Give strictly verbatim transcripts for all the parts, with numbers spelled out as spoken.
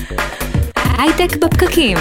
הייטק בפקקים.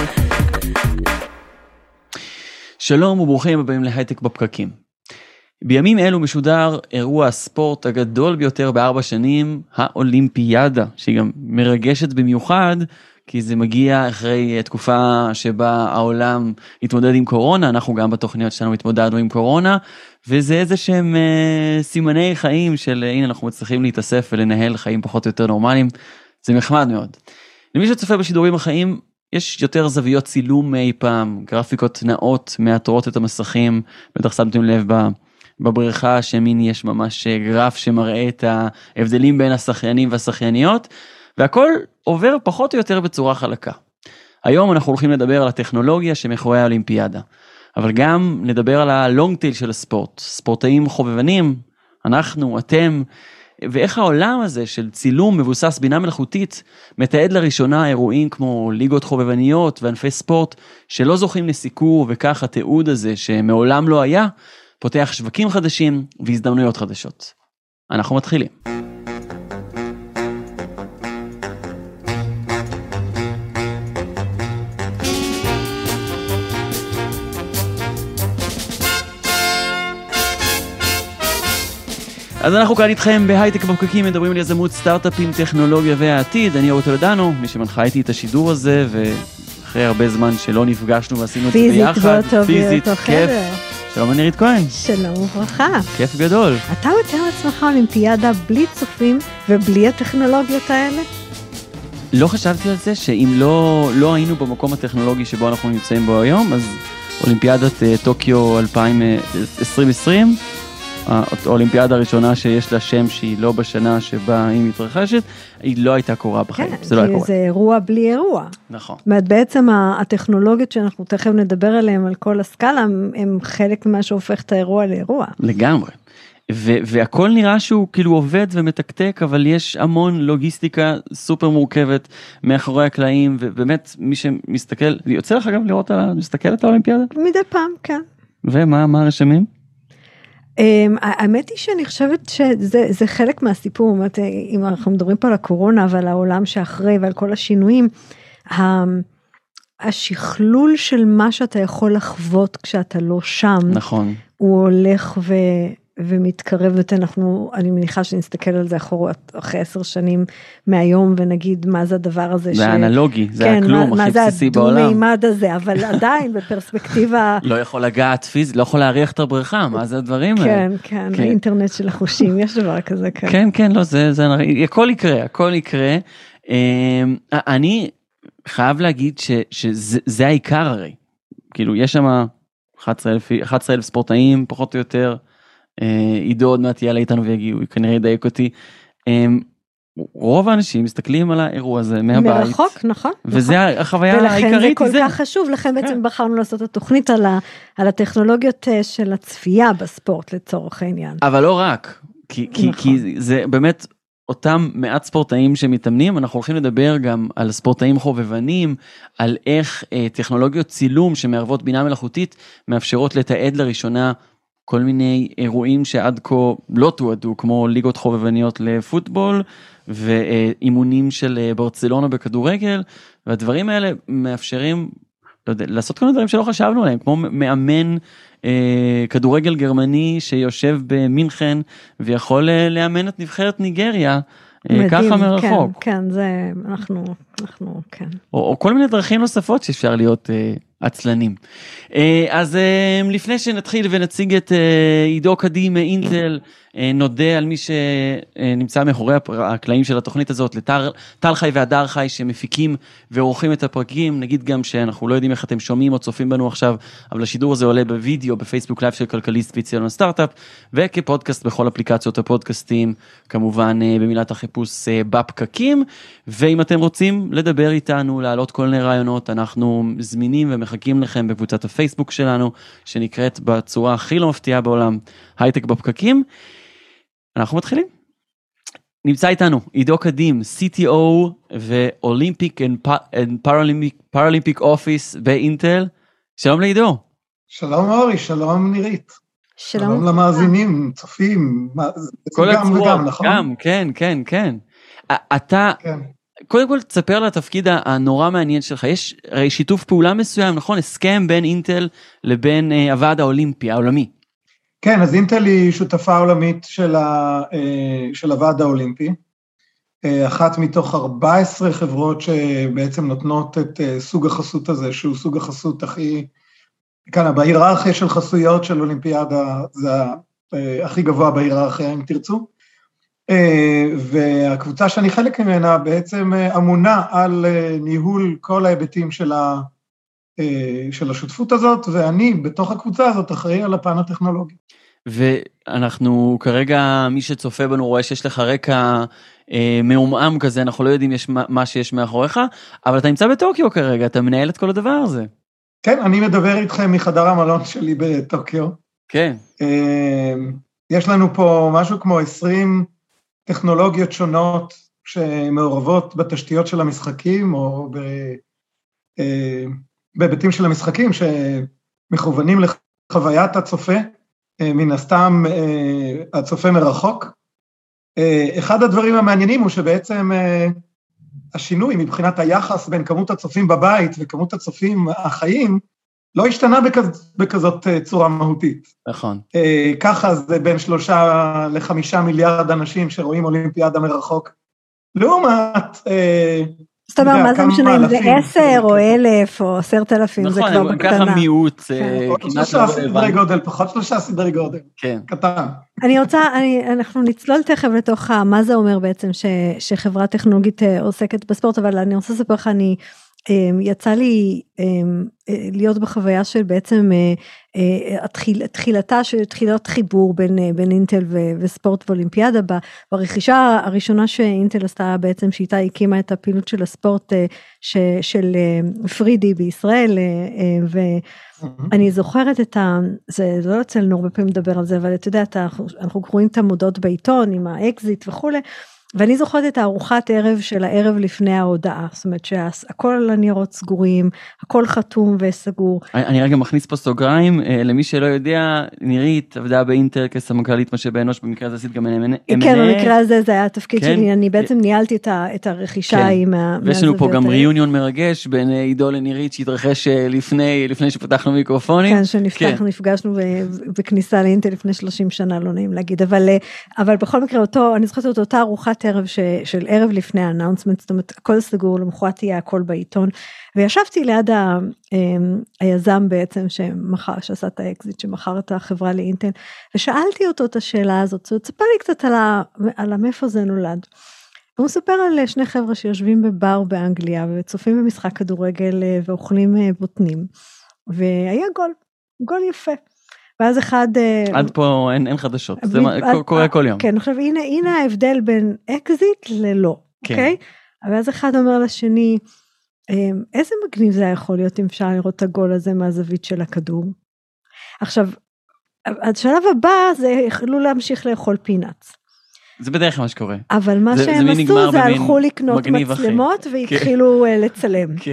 שלום וברוכים הבאים להייטק בפקקים. בימים אלו משודר אירוע הספורט הגדול ביותר בארבע שנים, האולימפיאדה, שהיא גם מרגשת במיוחד, כי זה מגיע אחרי תקופה שבה העולם התמודד עם קורונה, אנחנו גם בתוכניות שלנו התמודדנו עם קורונה, וזה איזה שהם אה, סימני חיים של הנה אנחנו מצליחים להתאסף ולנהל חיים פחות או יותר נורמליים, זה מחמד מאוד. למי שצופה בשידורים החיים, יש יותר זוויות צילום מאי פעם, גרפיקות נאות מאתרות את המסכים, בטח שמתם לב בבריכה שמין יש ממש גרף שמראה את ההבדלים בין השחיינים והשחייניות, והכל עובר פחות או יותר בצורה חלקה. היום אנחנו הולכים לדבר על הטכנולוגיה שמאחורי האולימפיאדה, אבל גם נדבר על הלונג טייל של הספורט, ספורטאים חובבנים, אנחנו, אתם, ואיך העולם הזה של צילום מבוסס בינה מלאכותית מתעד לראשונה אירועים כמו ליגות חובבניות וענפי ספורט שלא זוכים לסיקור, וכך התיעוד הזה שמעולם לא היה, פותח שווקים חדשים והזדמנויות חדשות. אנחנו מתחילים. אז אנחנו כאן איתכם בהייטק בפקקים, מדברים על יזמות, סטארט-אפים, טכנולוגיה והעתיד. אני אורי טולדנו, מי שמנחה איתי את השידור הזה, ואחרי הרבה זמן שלא נפגשנו ועשינו את זה ביחד. פיזית, באותו כיף. שלום נירית כהן. שלום וברכה. כיף גדול. אתה מתאר לעצמך אולימפיאדה בלי צופים ובלי הטכנולוגיות האלה? לא חשבתי על זה שאם לא, לא היינו במקום הטכנולוגי שבו אנחנו נמצאים בו היום, אז אולימפיאדת טוקיו אלפיים עשרים, האולימפיאדה הראשונה שיש לה שם שהיא לא בשנה שבה היא מתרחשת, היא לא הייתה קורה בחיים. כן, זה לא היה קורה. זה אירוע בלי אירוע. נכון. זאת בעצם הטכנולוגיות שאנחנו תכף נדבר עליהן על כל הסקאלה, הם חלק ממה שהופך את האירוע לאירוע. לגמרי. ו- והכל נראה שהוא כאילו עובד ומתקתק, אבל יש המון לוגיסטיקה סופר מורכבת מאחורי הקלעים, ובאמת מי שמסתכל, יוצא לך גם לראות, מסתכל את האולימפיאדה? מדי פעם, כן. ומה, מה הרשמים? האמת היא שאני חושבת שזה חלק מהסיפור, אם אנחנו מדברים פה על הקורונה ועל העולם שאחרי ועל כל השינויים, השכלול של מה שאתה יכול לחוות כשאתה לא שם, נכון. הוא הולך ו... ומתקרב, ואנחנו, אני מניחה שנסתכל על זה אחרי, אחרי עשר שנים מהיום, ונגיד מה זה הדבר הזה. זה ש... האנלוגי, זה כן, הכלום מה, הכי מה בסיסי בעולם. זה הדו-מימד הזה, אבל עדיין בפרספקטיבה... לא יכול לגעת פיזית, לא יכול להריח את הבריכה, מה זה הדברים האלה? כן, כן, כן, האינטרנט של החושים, יש דבר כזה כאן. כן, כן, לא, זה, זה, הכל יקרה, הכל יקרה. אני חייב להגיד ש, שזה זה העיקר הרי. כאילו, יש שם אחת עשרה אלף ספורטאים, פחות או יותר, עידו עוד מעט יעלה איתנו ויגיעו, כנראה ידייק אותי. רוב האנשים מסתכלים על האירוע הזה מהבית. מרחוק, נכון. וזה החוויה העיקרית. ולכן זה כל כך חשוב, לכן בעצם בחרנו לעשות את התוכנית על הטכנולוגיות של הצפייה בספורט לצורך העניין. אבל לא רק, כי זה באמת אותם מעט ספורטאים שמתאמנים, אנחנו הולכים לדבר גם על ספורטאים חובבנים, על איך טכנולוגיות צילום שמערבות בינה מלאכותית מאפשרות לתעד לראשונה כל מיני אירועים שעד כה לא תועדו, כמו ליגות חובבניות לפוטבול, ואימונים של ברצלונה בכדורגל, והדברים האלה מאפשרים, לא יודע, לעשות כל מיני דברים שלא חשבנו עליהם, כמו מאמן אה, כדורגל גרמני שיושב במינכן, ויכול לאמן את נבחרת ניגריה, מדהים, ככה מרחוק. כן, כן, זה, אנחנו, אנחנו, כן. או, או כל מיני דרכים נוספות שאפשר להיות אה, עצלנים. אז לפני שנתחיל ונציג את עידו קדים מאינטל, נודה על מי שנמצא מאחורי הקלעים של התוכנית הזאת, לטל חי והדר חי שמפיקים ועורכים את הפרקים. נגיד גם שאנחנו לא יודעים איך אתם שומעים או צופים בנו עכשיו, אבל השידור הזה עולה בווידאו בפייסבוק לייב של כלכליסט ויציון סטארט-אפ, וכפודקאסט בכל אפליקציות הפודקאסטים, כמובן במילת החיפוש בפקקים. ואם אתם רוצים לדבר איתנו, להעלות כל מיני רעיונות, אנחנו זמינים ומחכים לכם בקבוצת הפייסבוק שלנו, שנקראת בצורה הכי לא מפתיעה בעולם, הייטק בפקקים. אנחנו מתחילים. נמצא איתנו עידו קדים, סי טי או ואולימפיק פאראלימפיק אופיס באינטל. שלום לעידו. שלום אורי, שלום נירית. שלום, שלום למאזינים, צופים, כל גם הצורות, וגם, נכון? גם, כן, כן, כן. אתה, כן. קודם כל תספר על התפקיד הנורא מעניין שלך, יש הרי שיתוף פעולה מסוים, נכון? הסכם בין אינטל לבין uh, הוועד האולימפי, העולמי. כן, אז אינטל היא שותפה עולמית של, ה, uh, של הוועד האולימפי, uh, אחת מתוך ארבע עשרה חברות שבעצם נותנות את uh, סוג החסות הזה, שהוא סוג החסות הכי, כאן בהיררכיה של חסויות של אולימפיאדה, זה uh, הכי גבוה בהיררכיה אם תרצו, והקבוצה שאני חלק ממנה בעצם אמונה על ניהול כל ההיבטים של, ה, של השותפות הזאת, ואני בתוך הקבוצה הזאת אחראי על הפן הטכנולוגי. ואנחנו כרגע, מי שצופה בנו רואה שיש לך רקע אה, מעומעם כזה, אנחנו לא יודעים יש מה, מה שיש מאחוריך, אבל אתה נמצא בטוקיו כרגע, אתה מנהל את כל הדבר הזה. כן, אני מדבר איתכם מחדר המלון שלי בטוקיו. כן. אה, יש לנו פה משהו כמו עשרים טכנולוגיות שונות שמעורבות בתשתיות של המשחקים, או בהיבטים של המשחקים שמכוונים לחוויית הצופה, מן הסתם הצופה מרחוק. אחד הדברים המעניינים הוא שבעצם השינוי מבחינת היחס בין כמות הצופים בבית וכמות הצופים החיים, לא השתנה בכז, בכזאת צורה מהותית. נכון. ככה זה בין שלושה לחמישה מיליארד אנשים שרואים אולימפיאדה מרחוק. לעומת... זאת אומרת, מה זה משנה אם זה עשר או אלף או עשרת אלפים, זה כבר בקטנה. ככה מיעוט. שלושה סדרי גודל, פחות שלושה סדרי גודל. כן. קטן. אני רוצה, אנחנו נצלול תכף לתוך מה זה אומר בעצם שחברה טכנולוגית עוסקת בספורט, אבל אני רוצה לספר לך, אני... יצא לי להיות בחוויה של בעצם תחילתה של תחילת חיבור בין, בין אינטל וספורט ואולימפיאדה, ברכישה הראשונה שאינטל עשתה בעצם שאיתה הקימה את הפעילות של הספורט של פרידי בישראל, ואני זוכרת את ה... זה לא יוצא לנו הרבה פעמים לדבר על זה, אבל אתה יודע, אנחנו קוראים את המודעות בעיתון עם האקזיט וכו', ואני זוכרת את הארוחת ערב של הערב לפני ההודעה, זאת אומרת שהכל על הניירות סגורים, הכל חתום וסגור. אני רגע מכניס פה סוגריים, למי שלא יודע, נירית עבדה באינטל כסמנכ"לית משאבי אנוש, במקרה הזה עשית גם אם אן איי. כן, במקרה הזה זה היה התפקיד שלי, אני בעצם ניהלתי את הרכישה עם מהזוויות. ויש לנו פה גם ריוניון מרגש בין עידו לנירית, שהתרחש לפני שפתחנו מיקרופונים. כן, שנפתח, נפגשנו בכניסה לאינטל לפני שלושים שנה, לא נעים להגיד, אבל בכל מקרה אותו, אני זוכרת אותו, אותה ארוחת ערב ש, של ערב לפני האנאונסמנט, זאת אומרת, הכל סגור, למחרת תהיה הכל בעיתון, וישבתי ליד ה, היזם בעצם, שמחר, שעשה את האקזיט, שמחר את החברה לאינטל, ושאלתי אותו את השאלה הזאת, זאת אומרת, ספר לי קצת על, ה, על מאיפה זה נולד. הוא מספר על שני חבר'ה שיושבים בבר באנגליה, וצופים במשחק כדורגל, ואוכלים בוטנים, והיה גול, גול יפה. ואז אחד... עד פה אין, אין חדשות, זה קורה כל יום. כן, עכשיו, הנה, הנה ההבדל בין אקזיט ללא, אוקיי? ואז אחד אומר לשני, איזה מגניב זה יכול להיות אם אפשר לראות את הגול הזה מהזווית של הכדור? עכשיו, השלב הבא זה יכלו להמשיך לאכול פינאץ. זה בדרך כלל מה שקורה. אבל מה שהם עשו זה הלכו לקנות מצלמות והתחילו לצלם. כן.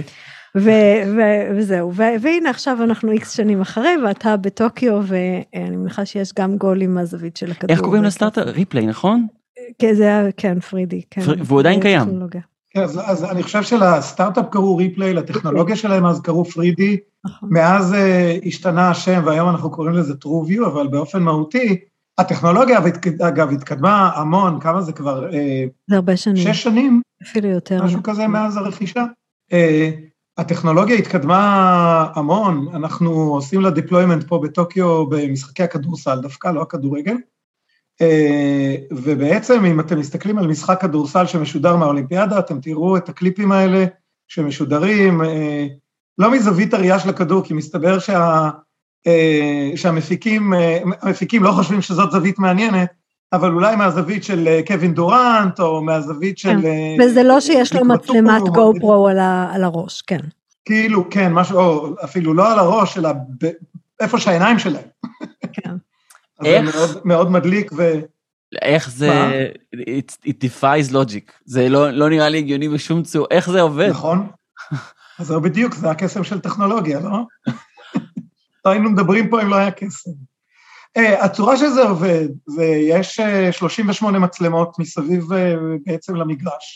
וזהו, והנה עכשיו אנחנו איקס שנים אחרי, ואתה בטוקיו, ואני מניחה שיש גם גול עם הזווית של הכדור. איך קוראים לסטארט-אפ? ריפליי, נכון? כן, זה היה, כן, פרידי. והוא עדיין קיים. כן, אז אני חושב שלסטארט-אפ קראו ריפליי, לטכנולוגיה שלהם אז קראו פרידי, מאז השתנה השם, והיום אנחנו קוראים לזה טרו-ויו, אבל באופן מהותי, הטכנולוגיה, אגב, התקדמה המון, כמה זה כבר? זה הרבה שנים. שש שנים? אפילו יותר. משהו כזה מאז הרכישה. הטכנולוגיה התקדמה המון, אנחנו עושים לה דיפלוימנט פה בטוקיו במשחקי הכדורסל, דווקא לא הכדורגל, ובעצם אם אתם מסתכלים על משחק כדורסל שמשודר מהאולימפיאדה, אתם תראו את הקליפים האלה שמשודרים, לא מזווית הראייה של הכדור, כי מסתבר שה, שהמפיקים המפיקים לא חושבים שזאת זווית מעניינת, אבל אולי מהזווית של קווין דורנט, או מהזווית של... וזה לא שיש לו מצלמת גו פרו על הראש, כן. כאילו, כן, משהו, או אפילו לא על הראש, אלא איפה שהעיניים שלהם. כן. אז זה מאוד, מאוד מדליק ו... איך זה... It defies logic. זה לא, לא נראה לי הגיוני בשום צור. איך זה עובד? נכון. אז זה בדיוק, זה הקסם של טכנולוגיה, לא? לא היינו מדברים פה אם לא היה קסם. הצורה שזה עובד, זה יש שלושים ושמונה מצלמות מסביב בעצם למגרש,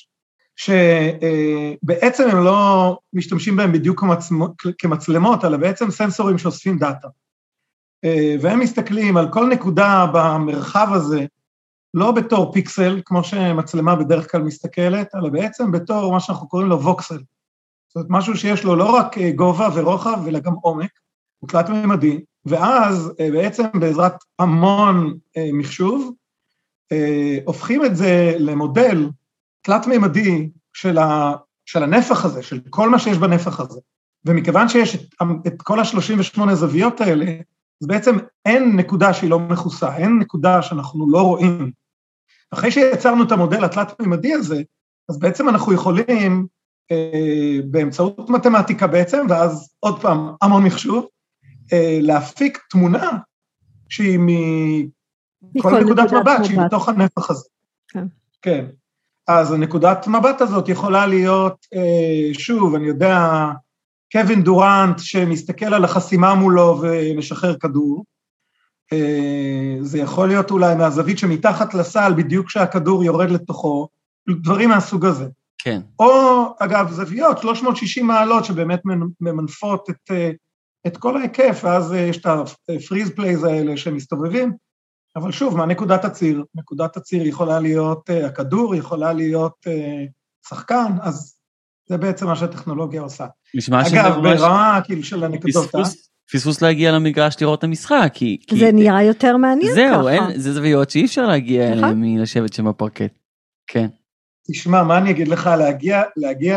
שבעצם הם לא משתמשים בהם בדיוק כמצלמות, אלא בעצם סנסורים שאוספים דאטה. והם מסתכלים על כל נקודה במרחב הזה, לא בתור פיקסל, כמו שמצלמה בדרך כלל מסתכלת, אלא בעצם בתור מה שאנחנו קוראים לו ווקסל. זאת אומרת, משהו שיש לו לא רק גובה ורוחב, אלא גם עומק, הוא תלת ממדי, ואז בעצם בעזרת המון מחשוב, הופכים את זה למודל תלת ממדי של, ה, של הנפח הזה, של כל מה שיש בנפח הזה. ומכיוון שיש את, את כל ה-שלושים ושמונה זוויות האלה, אז בעצם אין נקודה שהיא לא מכוסה, אין נקודה שאנחנו לא רואים. אחרי שיצרנו את המודל התלת-ממדי הזה, אז בעצם אנחנו יכולים, אה, באמצעות מתמטיקה בעצם, ואז עוד פעם המון מחשוב, אה, להפיק תמונה שהיא מכל נקודת מבט, שהיא בתוך הנפח הזה. כן. כן. אז הנקודת מבט הזאת יכולה להיות, אה, שוב, אני יודע, קווין דורנט שמסתכל על החסימה מולו ומשחרר כדור, זה יכול להיות אולי מהזווית שמתחת לסל, בדיוק כשהכדור יורד לתוכו, דברים מהסוג הזה. כן. או, אגב, זוויות, שלוש מאות ושישים מעלות, שבאמת ממנפות את, את כל ההיקף, ואז יש את הפריז פלייז האלה שמסתובבים, אבל שוב, מה נקודת הציר? נקודת הציר יכולה להיות הכדור, יכולה להיות שחקן, אז זה בעצם מה שהטכנולוגיה עושה. אגב, ברמה כאילו של הנקודות, פספוס להגיע למגרש לראות את המשחק, כי... זה נראה יותר מעניין ככה. זהו, זה זוויות שאי אפשר להגיע אליהם מלשבת שם בפרקט. כן. תשמע, מה אני אגיד לך, להגיע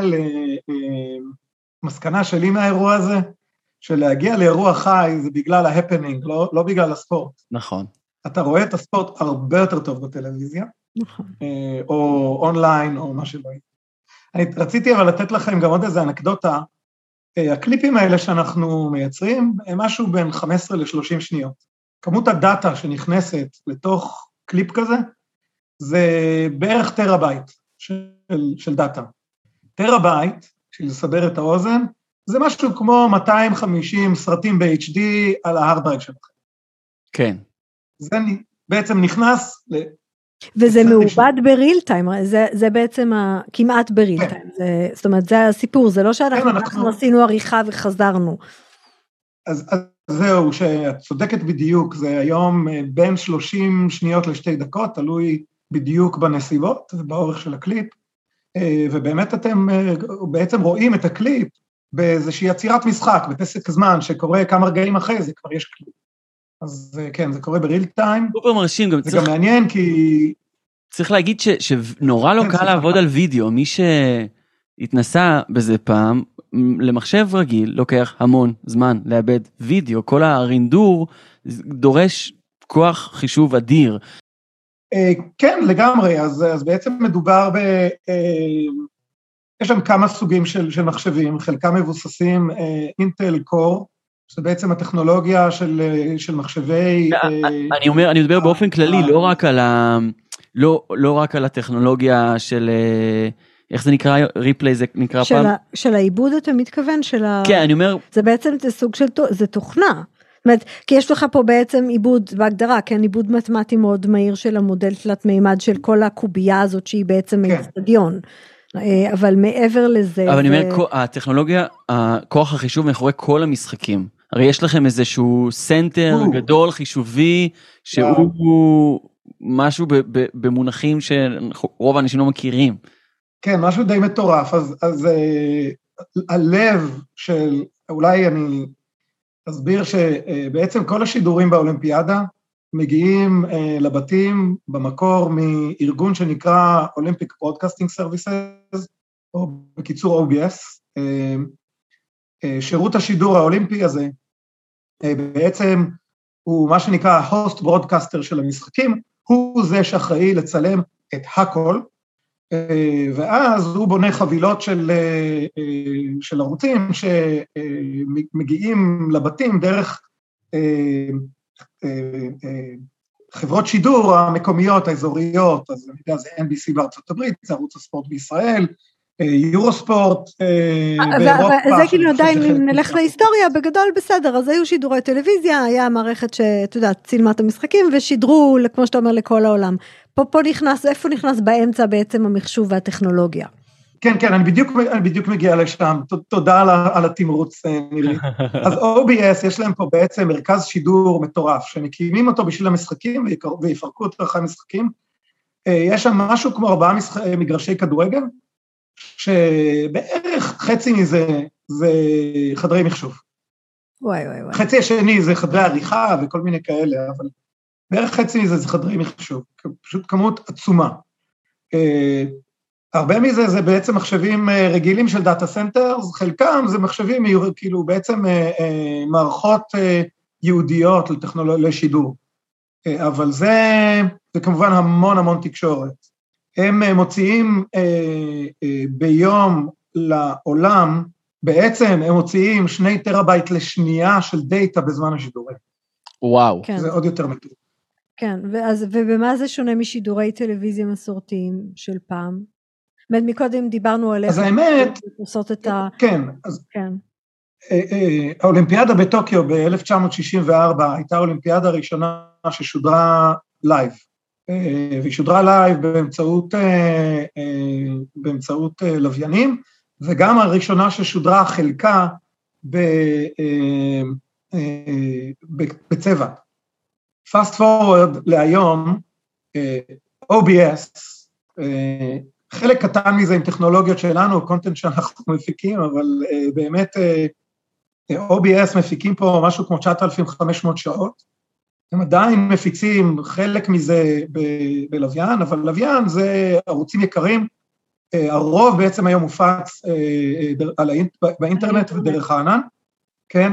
למסקנה שלי מהאירוע הזה, שלהגיע לאירוע חי זה בגלל ההפנינג, לא בגלל הספורט. נכון. אתה רואה את הספורט הרבה יותר טוב בטלוויזיה, או אונליין, או מה שלא יהיה. אני רציתי אבל לתת לכם גם עוד איזה אנקדוטה, הקליפים האלה שאנחנו מייצרים, הם משהו בין חמש עשרה לשלושים שניות. כמות הדאטה שנכנסת לתוך קליפ כזה, זה בערך טראבייט של, של דאטה. טראבייט, בשביל לסבר את האוזן, זה משהו כמו מאתיים וחמישים סרטים ב-אייץ' די על ההארד דרייב שלכם. כן. זה בעצם נכנס ל... וזה מעובד בריל טיים, זה, זה בעצם ה, כמעט בריל כן. טיים, זה, זאת אומרת, זה הסיפור, זה לא שאנחנו כן, אנחנו... אנחנו עשינו עריכה וחזרנו. אז, אז זהו, שאת צודקת בדיוק, זה היום בין שלושים שניות לשתי דקות, תלוי בדיוק בנסיבות ובאורך של הקליפ, ובאמת אתם בעצם רואים את הקליפ באיזושהי יצירת משחק, בפסק זמן שקורה כמה רגעים אחרי זה, כבר יש קליפ. אז כן, זה קורה בריל טיים. סופר מרשים, גם זה צריך... גם מעניין כי... צריך להגיד ש... שנורא לא כן, קל סליחה. לעבוד על וידאו, מי שהתנסה בזה פעם, למחשב רגיל לוקח המון זמן לאבד וידאו, כל הרינדור דורש כוח חישוב אדיר. כן, לגמרי, אז, אז בעצם מדובר ב... יש שם כמה סוגים של, של מחשבים, חלקם מבוססים אינטל קור, זה בעצם הטכנולוגיה של, של מחשבי... אני אומר, אני מדבר באופן כללי, לא רק על ה... לא, לא רק על הטכנולוגיה של... איך זה נקרא? ריפלי זה נקרא של פעם? ה, של העיבוד אתה מתכוון? של ה... כן, אני אומר... זה בעצם זה סוג של... זה תוכנה. זאת אומרת, כי יש לך פה בעצם עיבוד בהגדרה, כן, עיבוד מתמטי מאוד מהיר של המודל תלת מימד של כל הקובייה הזאת שהיא בעצם כן. האצטדיון. אבל מעבר לזה... אבל אני זה... אומר, הטכנולוגיה, כוח החישוב מאחורי כל המשחקים. הרי יש לכם איזשהו סנטר או. גדול, חישובי, שהוא משהו ב- ב- במונחים שרוב האנשים לא מכירים. כן, משהו די מטורף. אז, אז הלב של, אולי אני אסביר שבעצם כל השידורים באולימפיאדה מגיעים לבתים במקור מארגון שנקרא Olympic Broadcasting Services, או בקיצור או בי אס. שירות השידור האולימפי הזה, בעצם הוא מה שנקרא host broadcaster של המשחקים, הוא זה שאחראי לצלם את הכל, ואז הוא בונה חבילות של, של ערוצים שמגיעים לבתים דרך חברות שידור המקומיות, האזוריות, אז אני יודע, זה אן בי סי בארצות הברית, זה ערוץ הספורט בישראל, יורוספורט באירופה. זה כאילו עדיין, אם נלך להיסטוריה, בגדול בסדר, אז היו שידורי טלוויזיה, היה מערכת שאתה יודע, צילמה את המשחקים, ושידרו, כמו שאתה אומר, לכל העולם. פה, פה נכנס, איפה נכנס באמצע בעצם המחשוב והטכנולוגיה? כן, כן, אני בדיוק, אני בדיוק מגיע לשם, תודה על, על התמרוץ, נילי. אז או בי אס, יש להם פה בעצם מרכז שידור מטורף, שמקימים אותו בשביל המשחקים, ויפרקו אותו אחרי המשחקים. יש שם משהו כמו ארבעה מגרשי כדורגל, שבערך חצי מזה זה חדרי מחשוב. וואי, וואי, וואי. חצי השני זה חדרי עריכה וכל מיני כאלה, אבל בערך חצי מזה זה חדרי מחשוב, פשוט כמות עצומה. הרבה מזה זה בעצם מחשבים רגילים של דאטה סנטרס, חלקם זה מחשבים כאילו בעצם מערכות יהודיות לטכנולוגיה, לשידור. אבל זה, זה כמובן המון המון תקשורת. הם מוציאים ביום לעולם, בעצם הם מוציאים שני טראבייט לשנייה של דאטה בזמן השידורים. וואו. כן. זה עוד יותר מטור. כן, ואז, ובמה זה שונה משידורי טלוויזיה מסורתיים של פעם? באמת, מקודם דיברנו עליך. אז האמת, את ה... כן, אז כן. האולימפיאדה בטוקיו ב-אלף תשע מאות שישים וארבע הייתה האולימפיאדה הראשונה ששודרה לייב, והיא שודרה לייב באמצעות, באמצעות לוויינים, וגם הראשונה ששודרה חלקה בצבע. Fast forward להיום, או בי אס, חלק קטן מזה עם טכנולוגיות שלנו, קונטנט שאנחנו מפיקים, אבל באמת או בי אס מפיקים פה משהו כמו תשעת אלפים וחמש מאות שעות, הם עדיין מפיצים חלק מזה ב- בלוויין, אבל לוויין זה ערוצים יקרים, הרוב בעצם היום מופץ באינטרנט ודרך הענן, כן?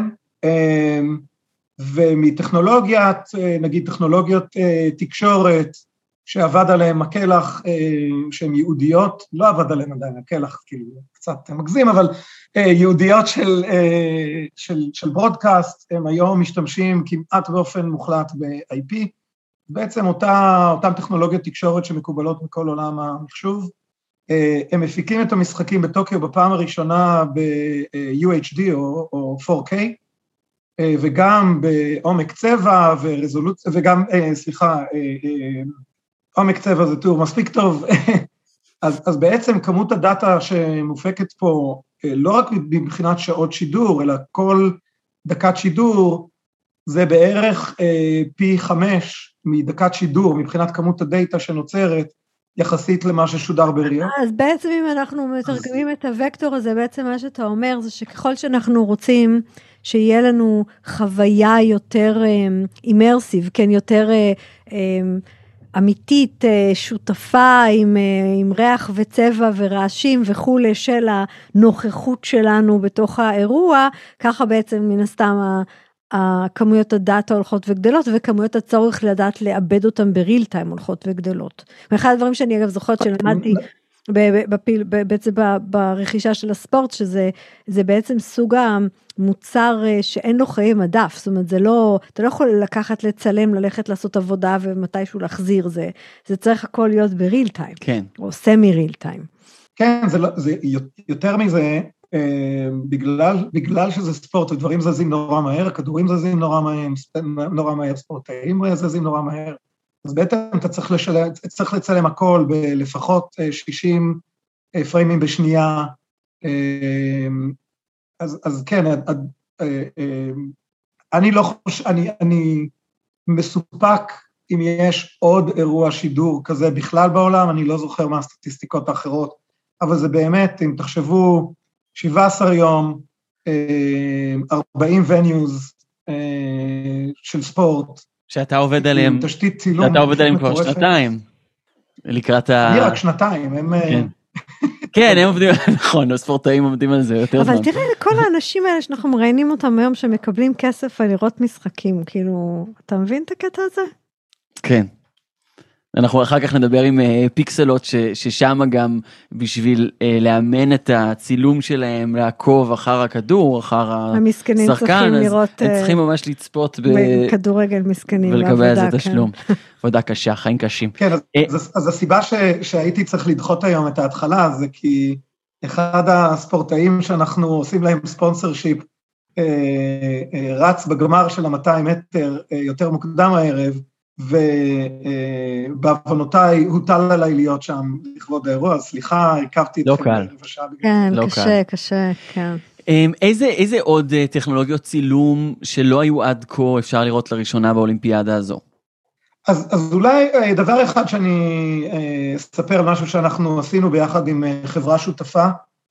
ומטכנולוגיית, נגיד טכנולוגיות תקשורת, שעבד עליהם הקלח, שהן יהודיות, לא עבד עליהם עדיין הקלח, כאילו קצת מגזים, אבל יהודיות של, של, של ברודקאסט, הם היום משתמשים כמעט באופן מוחלט ב-איי פי, בעצם אותה, אותם טכנולוגיות תקשורת שמקובלות בכל עולם המחשוב, הם מפיקים את המשחקים בטוקיו בפעם הראשונה ב-יו אייץ' די או, או פור קיי, וגם בעומק צבע ורזולוציה, וגם, סליחה, עומק צבע זה תיאור מספיק טוב, אז, אז בעצם כמות הדאטה שמופקת פה, לא רק מבחינת שעות שידור, אלא כל דקת שידור, זה בערך אה, פי חמש מדקת שידור, מבחינת כמות הדאטה שנוצרת, יחסית למה ששודר בריו. אז בעצם אם אנחנו מתרגמים אז... את הוקטור הזה, בעצם מה שאתה אומר, זה שככל שאנחנו רוצים שיהיה לנו חוויה יותר אימרסיב, כן, יותר... אה, אמיתית, שותפה עם, עם ריח וצבע ורעשים וכולי של הנוכחות שלנו בתוך האירוע, ככה בעצם מן הסתם הכמויות הדאטה הולכות וגדלות, וכמויות הצורך לדעת לאבד אותם בריל טיים הולכות וגדלות. ואחד הדברים שאני אגב זוכרת שלמדתי בפיל, בעצם ברכישה של הספורט, שזה זה בעצם סוג המוצר שאין לו חיי מדף, זאת אומרת, זה לא, אתה לא יכול לקחת לצלם, ללכת לעשות עבודה ומתישהו להחזיר, זה, זה צריך הכל להיות בריל טיים, כן. או סמי ריל טיים. כן, זה, זה יותר מזה, בגלל, בגלל שזה ספורט, ודברים זזים נורא מהר, כדורים זזים נורא מהר, נורא מהר, ספורטאים זזים נורא מהר, אז בעצם אתה צריך, לשל... צריך לצלם הכל בלפחות שישים פריימים בשנייה, אז, אז כן, אני לא חושב, אני, אני מסופק אם יש עוד אירוע שידור כזה בכלל בעולם, אני לא זוכר מה הסטטיסטיקות האחרות, אבל זה באמת, אם תחשבו, שבעה עשר יום, ארבעים וניוז של ספורט, שאתה עובד עליהם, תשתית צילום, שאתה עובד עליהם כבר שנתיים, לקראת ה... אני רק שנתיים, הם... כן, הם עובדים, נכון, הספורטאים עומדים על זה יותר זמן. אבל תראה, כל האנשים האלה שאנחנו מראיינים אותם היום, שמקבלים כסף על לראות משחקים, כאילו, אתה מבין את הקטע הזה? כן. אנחנו אחר כך נדבר עם פיקסלות, ששם גם בשביל לאמן את הצילום שלהם, לעקוב אחר הכדור, אחר השחקן, אז הם צריכים ממש לצפות בכדורגל מסכנים, ולקבל על זה תשלום. עבודה קשה, חיים קשים. כן, אז הסיבה שהייתי צריך לדחות היום את ההתחלה, זה כי אחד הספורטאים שאנחנו עושים להם ספונסר שיפ, רץ בגמר של ה-מאתיים מטר יותר מוקדם הערב, ובעוונותיי הוטל עליי להיות שם לכבוד האירוע, אז סליחה, עיכבתי לא קל. כן, לא קשה, קל. קשה, כן. איזה, איזה עוד טכנולוגיות צילום שלא היו עד כה אפשר לראות לראשונה באולימפיאדה הזו? אז, אז אולי דבר אחד שאני אספר משהו שאנחנו עשינו ביחד עם חברה שותפה,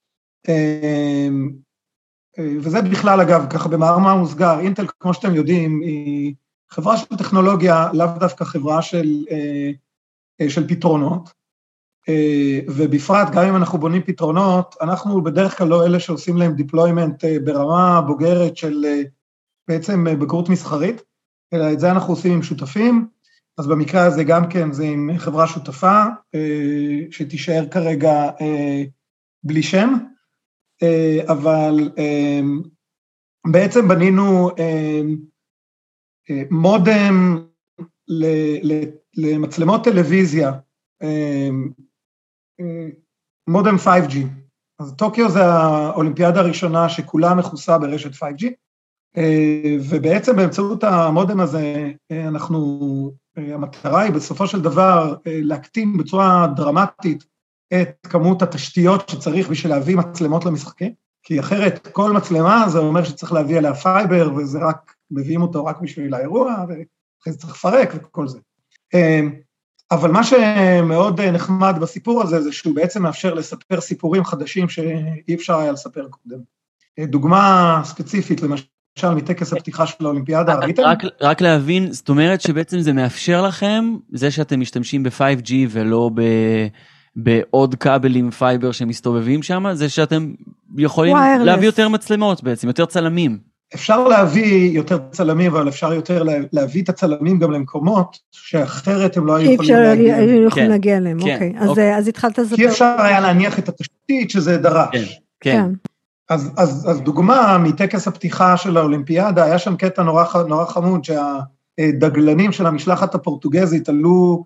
וזה בכלל אגב, ככה במאמר מוסגר, אינטל כמו שאתם יודעים, היא חברה של טכנולוגיה, לאו דווקא חברה של, של פתרונות, ובפרט גם אם אנחנו בונים פתרונות, אנחנו בדרך כלל לא אלה שעושים להם דיפלוימנט ברמה בוגרת של בעצם בגרות מסחרית, אלא את זה אנחנו עושים עם שותפים, אז במקרה הזה גם כן זה עם חברה שותפה, שתישאר כרגע בלי שם, אבל בעצם בנינו מודם למצלמות טלוויזיה, מודם פייב ג'י. אז טוקיו זה האולימפיאדה הראשונה שכולה מכוסה ברשת פייב ג'י, ובעצם באמצעות המודם הזה אנחנו, המטרה היא בסופו של דבר להקטין בצורה דרמטית את כמות התשתיות שצריך בשביל להביא מצלמות למשחקים, כי אחרת כל מצלמה זה אומר שצריך להביא אליה פייבר, וזה רק, מביאים אותו רק בשביל האירוע, ואחרי זה צריך לפרק וכל זה. אבל מה שמאוד נחמד בסיפור הזה, זה שהוא בעצם מאפשר לספר סיפורים חדשים שאי אפשר היה לספר קודם. דוגמה ספציפית, למשל, מטקס הפתיחה של האולימפיאדה, ראיתם? רק, רק להבין, זאת אומרת שבעצם זה מאפשר לכם, זה שאתם משתמשים ב-פייב ג'י ולא ב... בעוד כבלים פייבר שמסתובבים שם, זה שאתם יכולים wireless. להביא יותר מצלמות בעצם, יותר צלמים. אפשר להביא יותר צלמים, אבל אפשר יותר להביא את הצלמים גם למקומות, שאחרת הם לא היו יכולים להגיע. היו יכולים להגיע אליהם, אוקיי. אז התחלת לספר. כי אפשר היה להניח את התשתית שזה דרש. כן. אז דוגמה מטקס הפתיחה של האולימפיאדה, היה שם קטע נורא חמוד, שהדגלנים של המשלחת הפורטוגזית עלו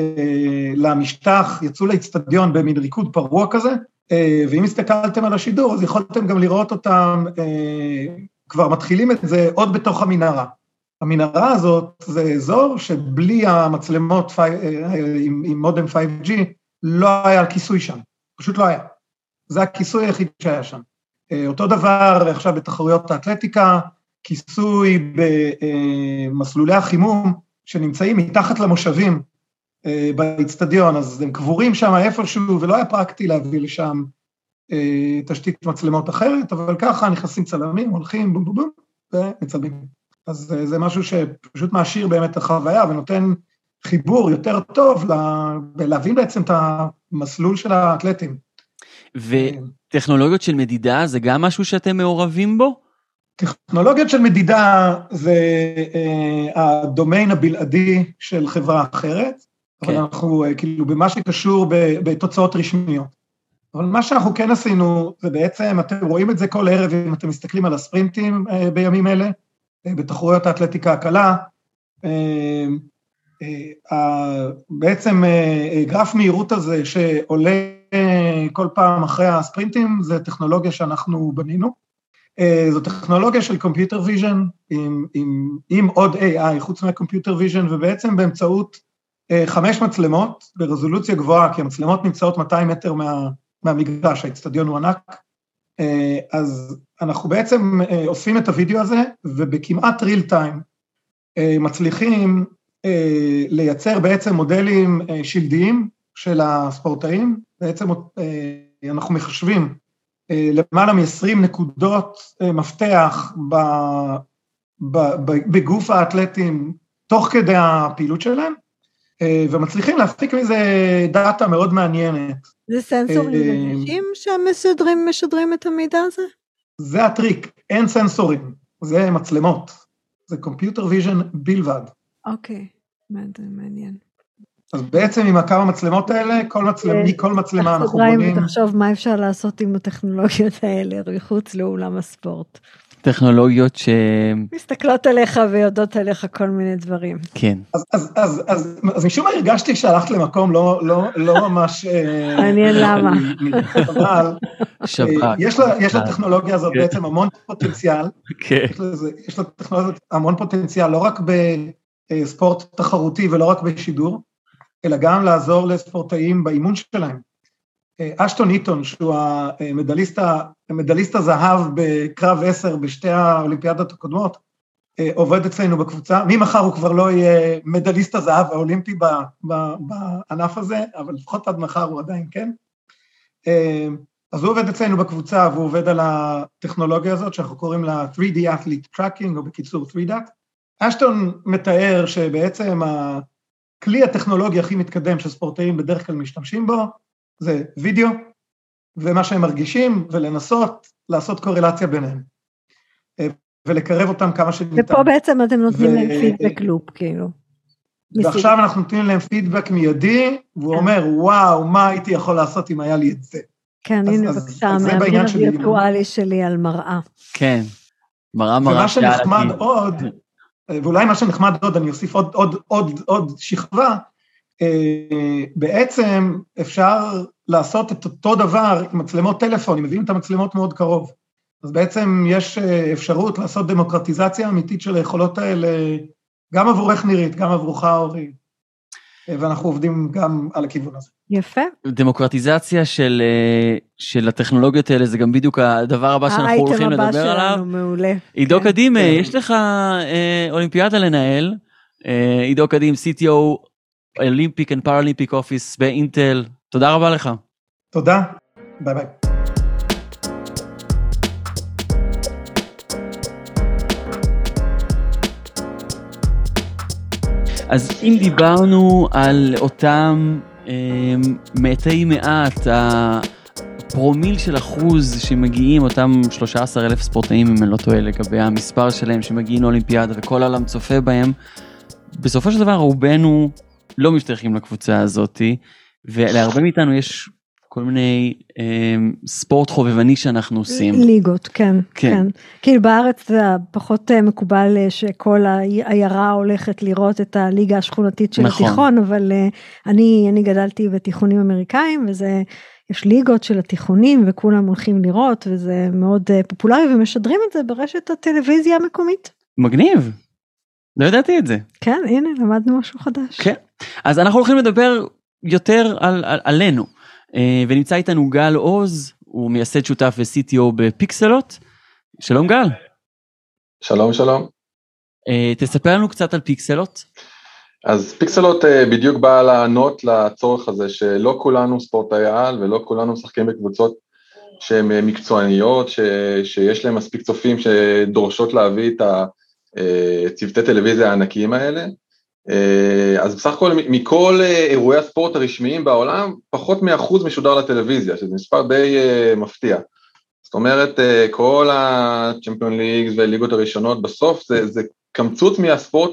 למשטח, יצאו לאצטדיון במין ריקוד פרוע כזה, ואם הסתכלתם על השידור, אז יכולתם גם לראות אותם, כבר מתחילים את זה עוד בתוך המנהרה. המנהרה הזאת זה אזור שבלי המצלמות עם, עם מודם פייב ג'י, לא היה כיסוי שם, פשוט לא היה. זה הכיסוי היחיד שהיה שם. אותו דבר עכשיו בתחרויות האתלטיקה, כיסוי במסלולי החימום, שנמצאים מתחת למושבים, באצטדיון, אז הם קבורים שם איפשהו, ולא היה פרקטי להביא לשם תשתית מצלמות אחרת, אבל ככה נכנסים צלמים, הולכים, בום בום בום, ומצלמים. אז זה משהו שפשוט מעשיר באמת את החוויה, ונותן חיבור יותר טוב, להבין בעצם את המסלול של האתלטים. וטכנולוגיות של מדידה, זה גם משהו שאתם מעורבים בו? טכנולוגיות של מדידה, זה הדומיין הבלעדי של חברה אחרת, אבל אנחנו כאילו במה שקשור בתוצאות רשמיות. אבל מה שאנחנו כן עשינו, זה בעצם, אתם רואים את זה כל ערב, אם אתם מסתכלים על הספרינטים בימים אלה, בתחרויות האתלטיקה הקלה, בעצם גרף מהירות הזה שעולה כל פעם אחרי הספרינטים, זה טכנולוגיה שאנחנו בנינו. זו טכנולוגיה של קומפיוטר ויז'ן, עם, עם, עם עוד איי איי, חוץ מהקומפיוטר ויז'ן, ובעצם באמצעות חמש מצלמות ברזולוציה גבוהה, כי המצלמות נמצאות מאתיים מטר מה, מהמגרש, האצטדיון הוא ענק, אז אנחנו בעצם אוספים את הוידאו הזה, ובכמעט ריל טיים מצליחים לייצר בעצם מודלים שלדיים של הספורטאים, בעצם אנחנו מחשבים למעלה מ-עשרים נקודות מפתח בגוף האתלטים, תוך כדי הפעילות שלהם, ומצליחים להפיק מזה דאטה מאוד מעניינת. זה סנסורים אנשים שמשדרים משדרים את המידע הזה? זה הטריק, אין סנסורים, זה מצלמות, זה קומפיוטר ויז'ן בלבד. אוקיי, מעניין. אז בעצם עם הכמה מצלמות האלה, כל מצלמה, מכל מצלמה אנחנו בונים. תחשוב מה אפשר לעשות עם הטכנולוגיות האלה, מחוץ לאולם הספורט. טכנולוגיות ש... מסתכלות עליך ויודעות עליך כל מיני דברים. כן. אז, אז, אז, אז, אז משום מה הרגשתי שהלכת למקום לא, לא, לא ממש... מעניין למה. אבל יש לה, יש לטכנולוגיה הזאת בעצם המון פוטנציאל. כן. יש לטכנולוגיה הזאת המון פוטנציאל, לא רק ספורט תחרותי ולא רק בשידור, אלא גם לעזור לספורטאים באימון שלהם. אשטון איטון, שהוא המדליסט הזהב בקרב עשר בשתי האולימפיאדות הקודמות, עובד אצלנו בקבוצה, ממחר הוא כבר לא יהיה מדליסט הזהב האולימפי בענף הזה, אבל לפחות עד מחר הוא עדיין כן. אז הוא עובד אצלנו בקבוצה, והוא עובד על הטכנולוגיה הזאת, שאנחנו קוראים לה תרי די Athlete Tracking, או בקיצור תרי דאט. אשטון מתאר שבעצם הכלי הטכנולוגי הכי מתקדם שספורטאים בדרך כלל משתמשים בו, זה וידאו, ומה שהם מרגישים, ולנסות לעשות קורלציה ביניהם, ולקרב אותם כמה שניתן. ופה בעצם אתם נותנים להם פידבק לופ, כאילו. ועכשיו אנחנו נותנים להם פידבק מיידי, והוא אומר, וואו, מה הייתי יכול לעשות אם היה לי את זה? כן, הנה בבקשה, מהמין הווירטואלי שלי על מראה. כן, מראה מראה. ומה שנחמד עוד, ואולי מה שנחמד עוד, אני אוסיף עוד, עוד, עוד, עוד שכבה, בעצם אפשר לעשות את אותו דבר עם מצלמות טלפון, אם מביאים את המצלמות מאוד קרוב. אז בעצם יש אפשרות לעשות דמוקרטיזציה אמיתית של היכולות האלה, גם עבורך נירית, גם עבורך אורי, ואנחנו עובדים גם על הכיוון הזה. יפה. דמוקרטיזציה של, של הטכנולוגיות האלה, זה גם בדיוק הדבר הבא שאנחנו הולכים לדבר עליו. האייטם הבא שלנו מעולה. עידו קדים, יש לך אולימפיאדה לנהל, עידו קדים, סי טי או, Olympic and Paralympic Office באינטל, תודה רבה לך. תודה, ביי ביי. אז אם דיברנו על אותם אה, מתי מעט, הפרומיל של אחוז שמגיעים, אותם שלושה עשר אלף ספורטאים, אם אני לא טועה לגבי המספר שלהם שמגיעים לאולימפיאדה וכל העולם צופה בהם, בסופו של דבר רובנו לא משתייכים לקבוצה הזאת, ולהרבה מאיתנו יש כל מיני אה, ספורט חובבני שאנחנו עושים. ליגות, כן, כן. כן. כאילו בארץ זה פחות מקובל שכל העיירה הולכת לראות את הליגה השכונתית של נכון. התיכון, אבל אני, אני גדלתי בתיכונים אמריקאים, וזה, יש ליגות של התיכונים, וכולם הולכים לראות, וזה מאוד פופולרי, ומשדרים את זה ברשת הטלוויזיה המקומית. מגניב. לא ידעתי את זה. כן, הנה, למדנו משהו חדש. כן. אז אנחנו הולכים לדבר יותר על, על, עלינו. ונמצא איתנו גל עוז, הוא מייסד שותף ו-סי טי או בפיקסלוט. שלום גל. שלום, שלום. תספר לנו קצת על פיקסלוט. אז פיקסלוט בדיוק באה לענות לצורך הזה, שלא כולנו ספורטאי על, ולא כולנו משחקים בקבוצות שהן מקצועניות, ש... שיש להם מספיק צופים שדורשות להביא את הצוותי טלוויזיה הענקיים האלה. אז בסך הכל מכל אירועי הספורט הרשמיים בעולם, פחות מאחוז משודר לטלוויזיה, שזה מספר די מפתיע. זאת אומרת, כל הצ'מפיון ליגס והליגות הראשונות בסוף, זה, זה קמצות מהספורט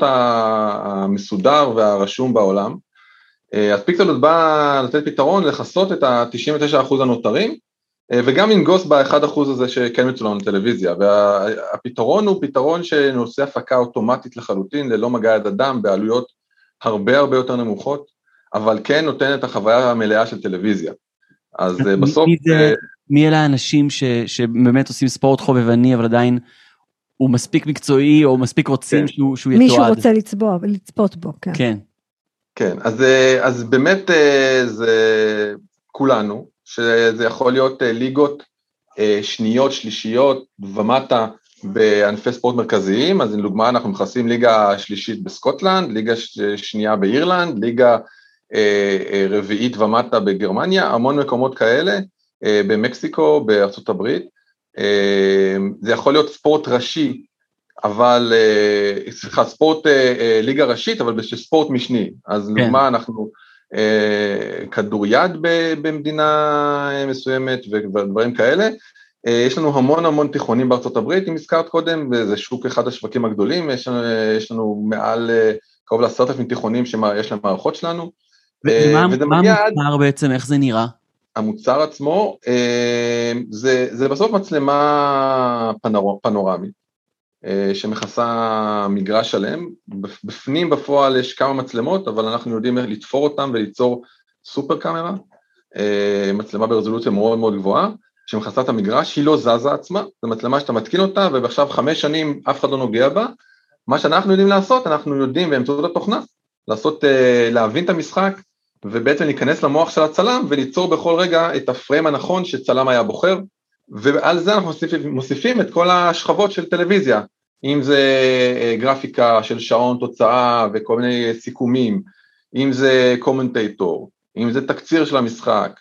המסודר והרשום בעולם. אז פיקסלוט בא לתת פתרון לחסות את ה-תשעים ותשעה אחוז הנותרים, וגם לנגוס ב-אחד אחוז הזה שכן מצולם לטלוויזיה, והפתרון הוא פתרון שנושא הפקה אוטומטית לחלוטין, ללא מגע יד אדם, בעלויות הרבה הרבה יותר נמוכות, אבל כן נותן את החוויה המלאה של טלוויזיה. אז בסוף... מי, זה, מי אלה האנשים ש, שבאמת עושים ספורט חובבני, אבל עדיין הוא מספיק מקצועי, או מספיק רוצים כן. שהוא, שהוא יתועד? מישהו רוצה לצבוע, לצפות בו, כן. כן. כן, אז, אז באמת זה כולנו, שזה יכול להיות ליגות שניות, שלישיות ומטה בענפי ספורט מרכזיים, אז לדוגמה אנחנו מכנסים ליגה שלישית בסקוטלנד, ליגה שנייה באירלנד, ליגה רביעית ומטה בגרמניה, המון מקומות כאלה, במקסיקו, בארצות הברית, זה יכול להיות ספורט ראשי, אבל, סליחה, ספורט ליגה ראשית, אבל בספורט משני, אז לדוגמה אנחנו... כדוריד במדינה מסוימת ודברים כאלה, יש לנו המון המון תיכונים בארצות הברית, אם הזכרת קודם, וזה שוק אחד השווקים הגדולים, יש לנו, יש לנו מעל קרוב לעשרת אלפים תיכונים שיש להם מערכות שלנו. ומה המוצר בעצם, איך זה נראה? המוצר עצמו, זה, זה בסוף מצלמה פנורמית, שמכסה מגרש שלם, בפנים בפועל יש כמה מצלמות, אבל אנחנו יודעים איך לתפור אותם וליצור סופר קאמרה, מצלמה ברזולוציה מאוד מאוד גבוהה, שמכסה את המגרש, היא לא זזה עצמה, זו מצלמה שאתה מתקין אותה, ובעכשיו חמש שנים אף אחד לא נוגע בה, מה שאנחנו יודעים לעשות, אנחנו יודעים באמצעות התוכנה, לעשות, להבין את המשחק, ובעצם להיכנס למוח של הצלם, וליצור בכל רגע את הפריים הנכון שצלם היה בוחר, ועל זה אנחנו מוסיפים, מוסיפים את כל השכבות של טלוויזיה, אם זה גרפיקה של שעון תוצאה וכל מיני סיכומים, אם זה קומנטייטור, אם זה תקציר של המשחק,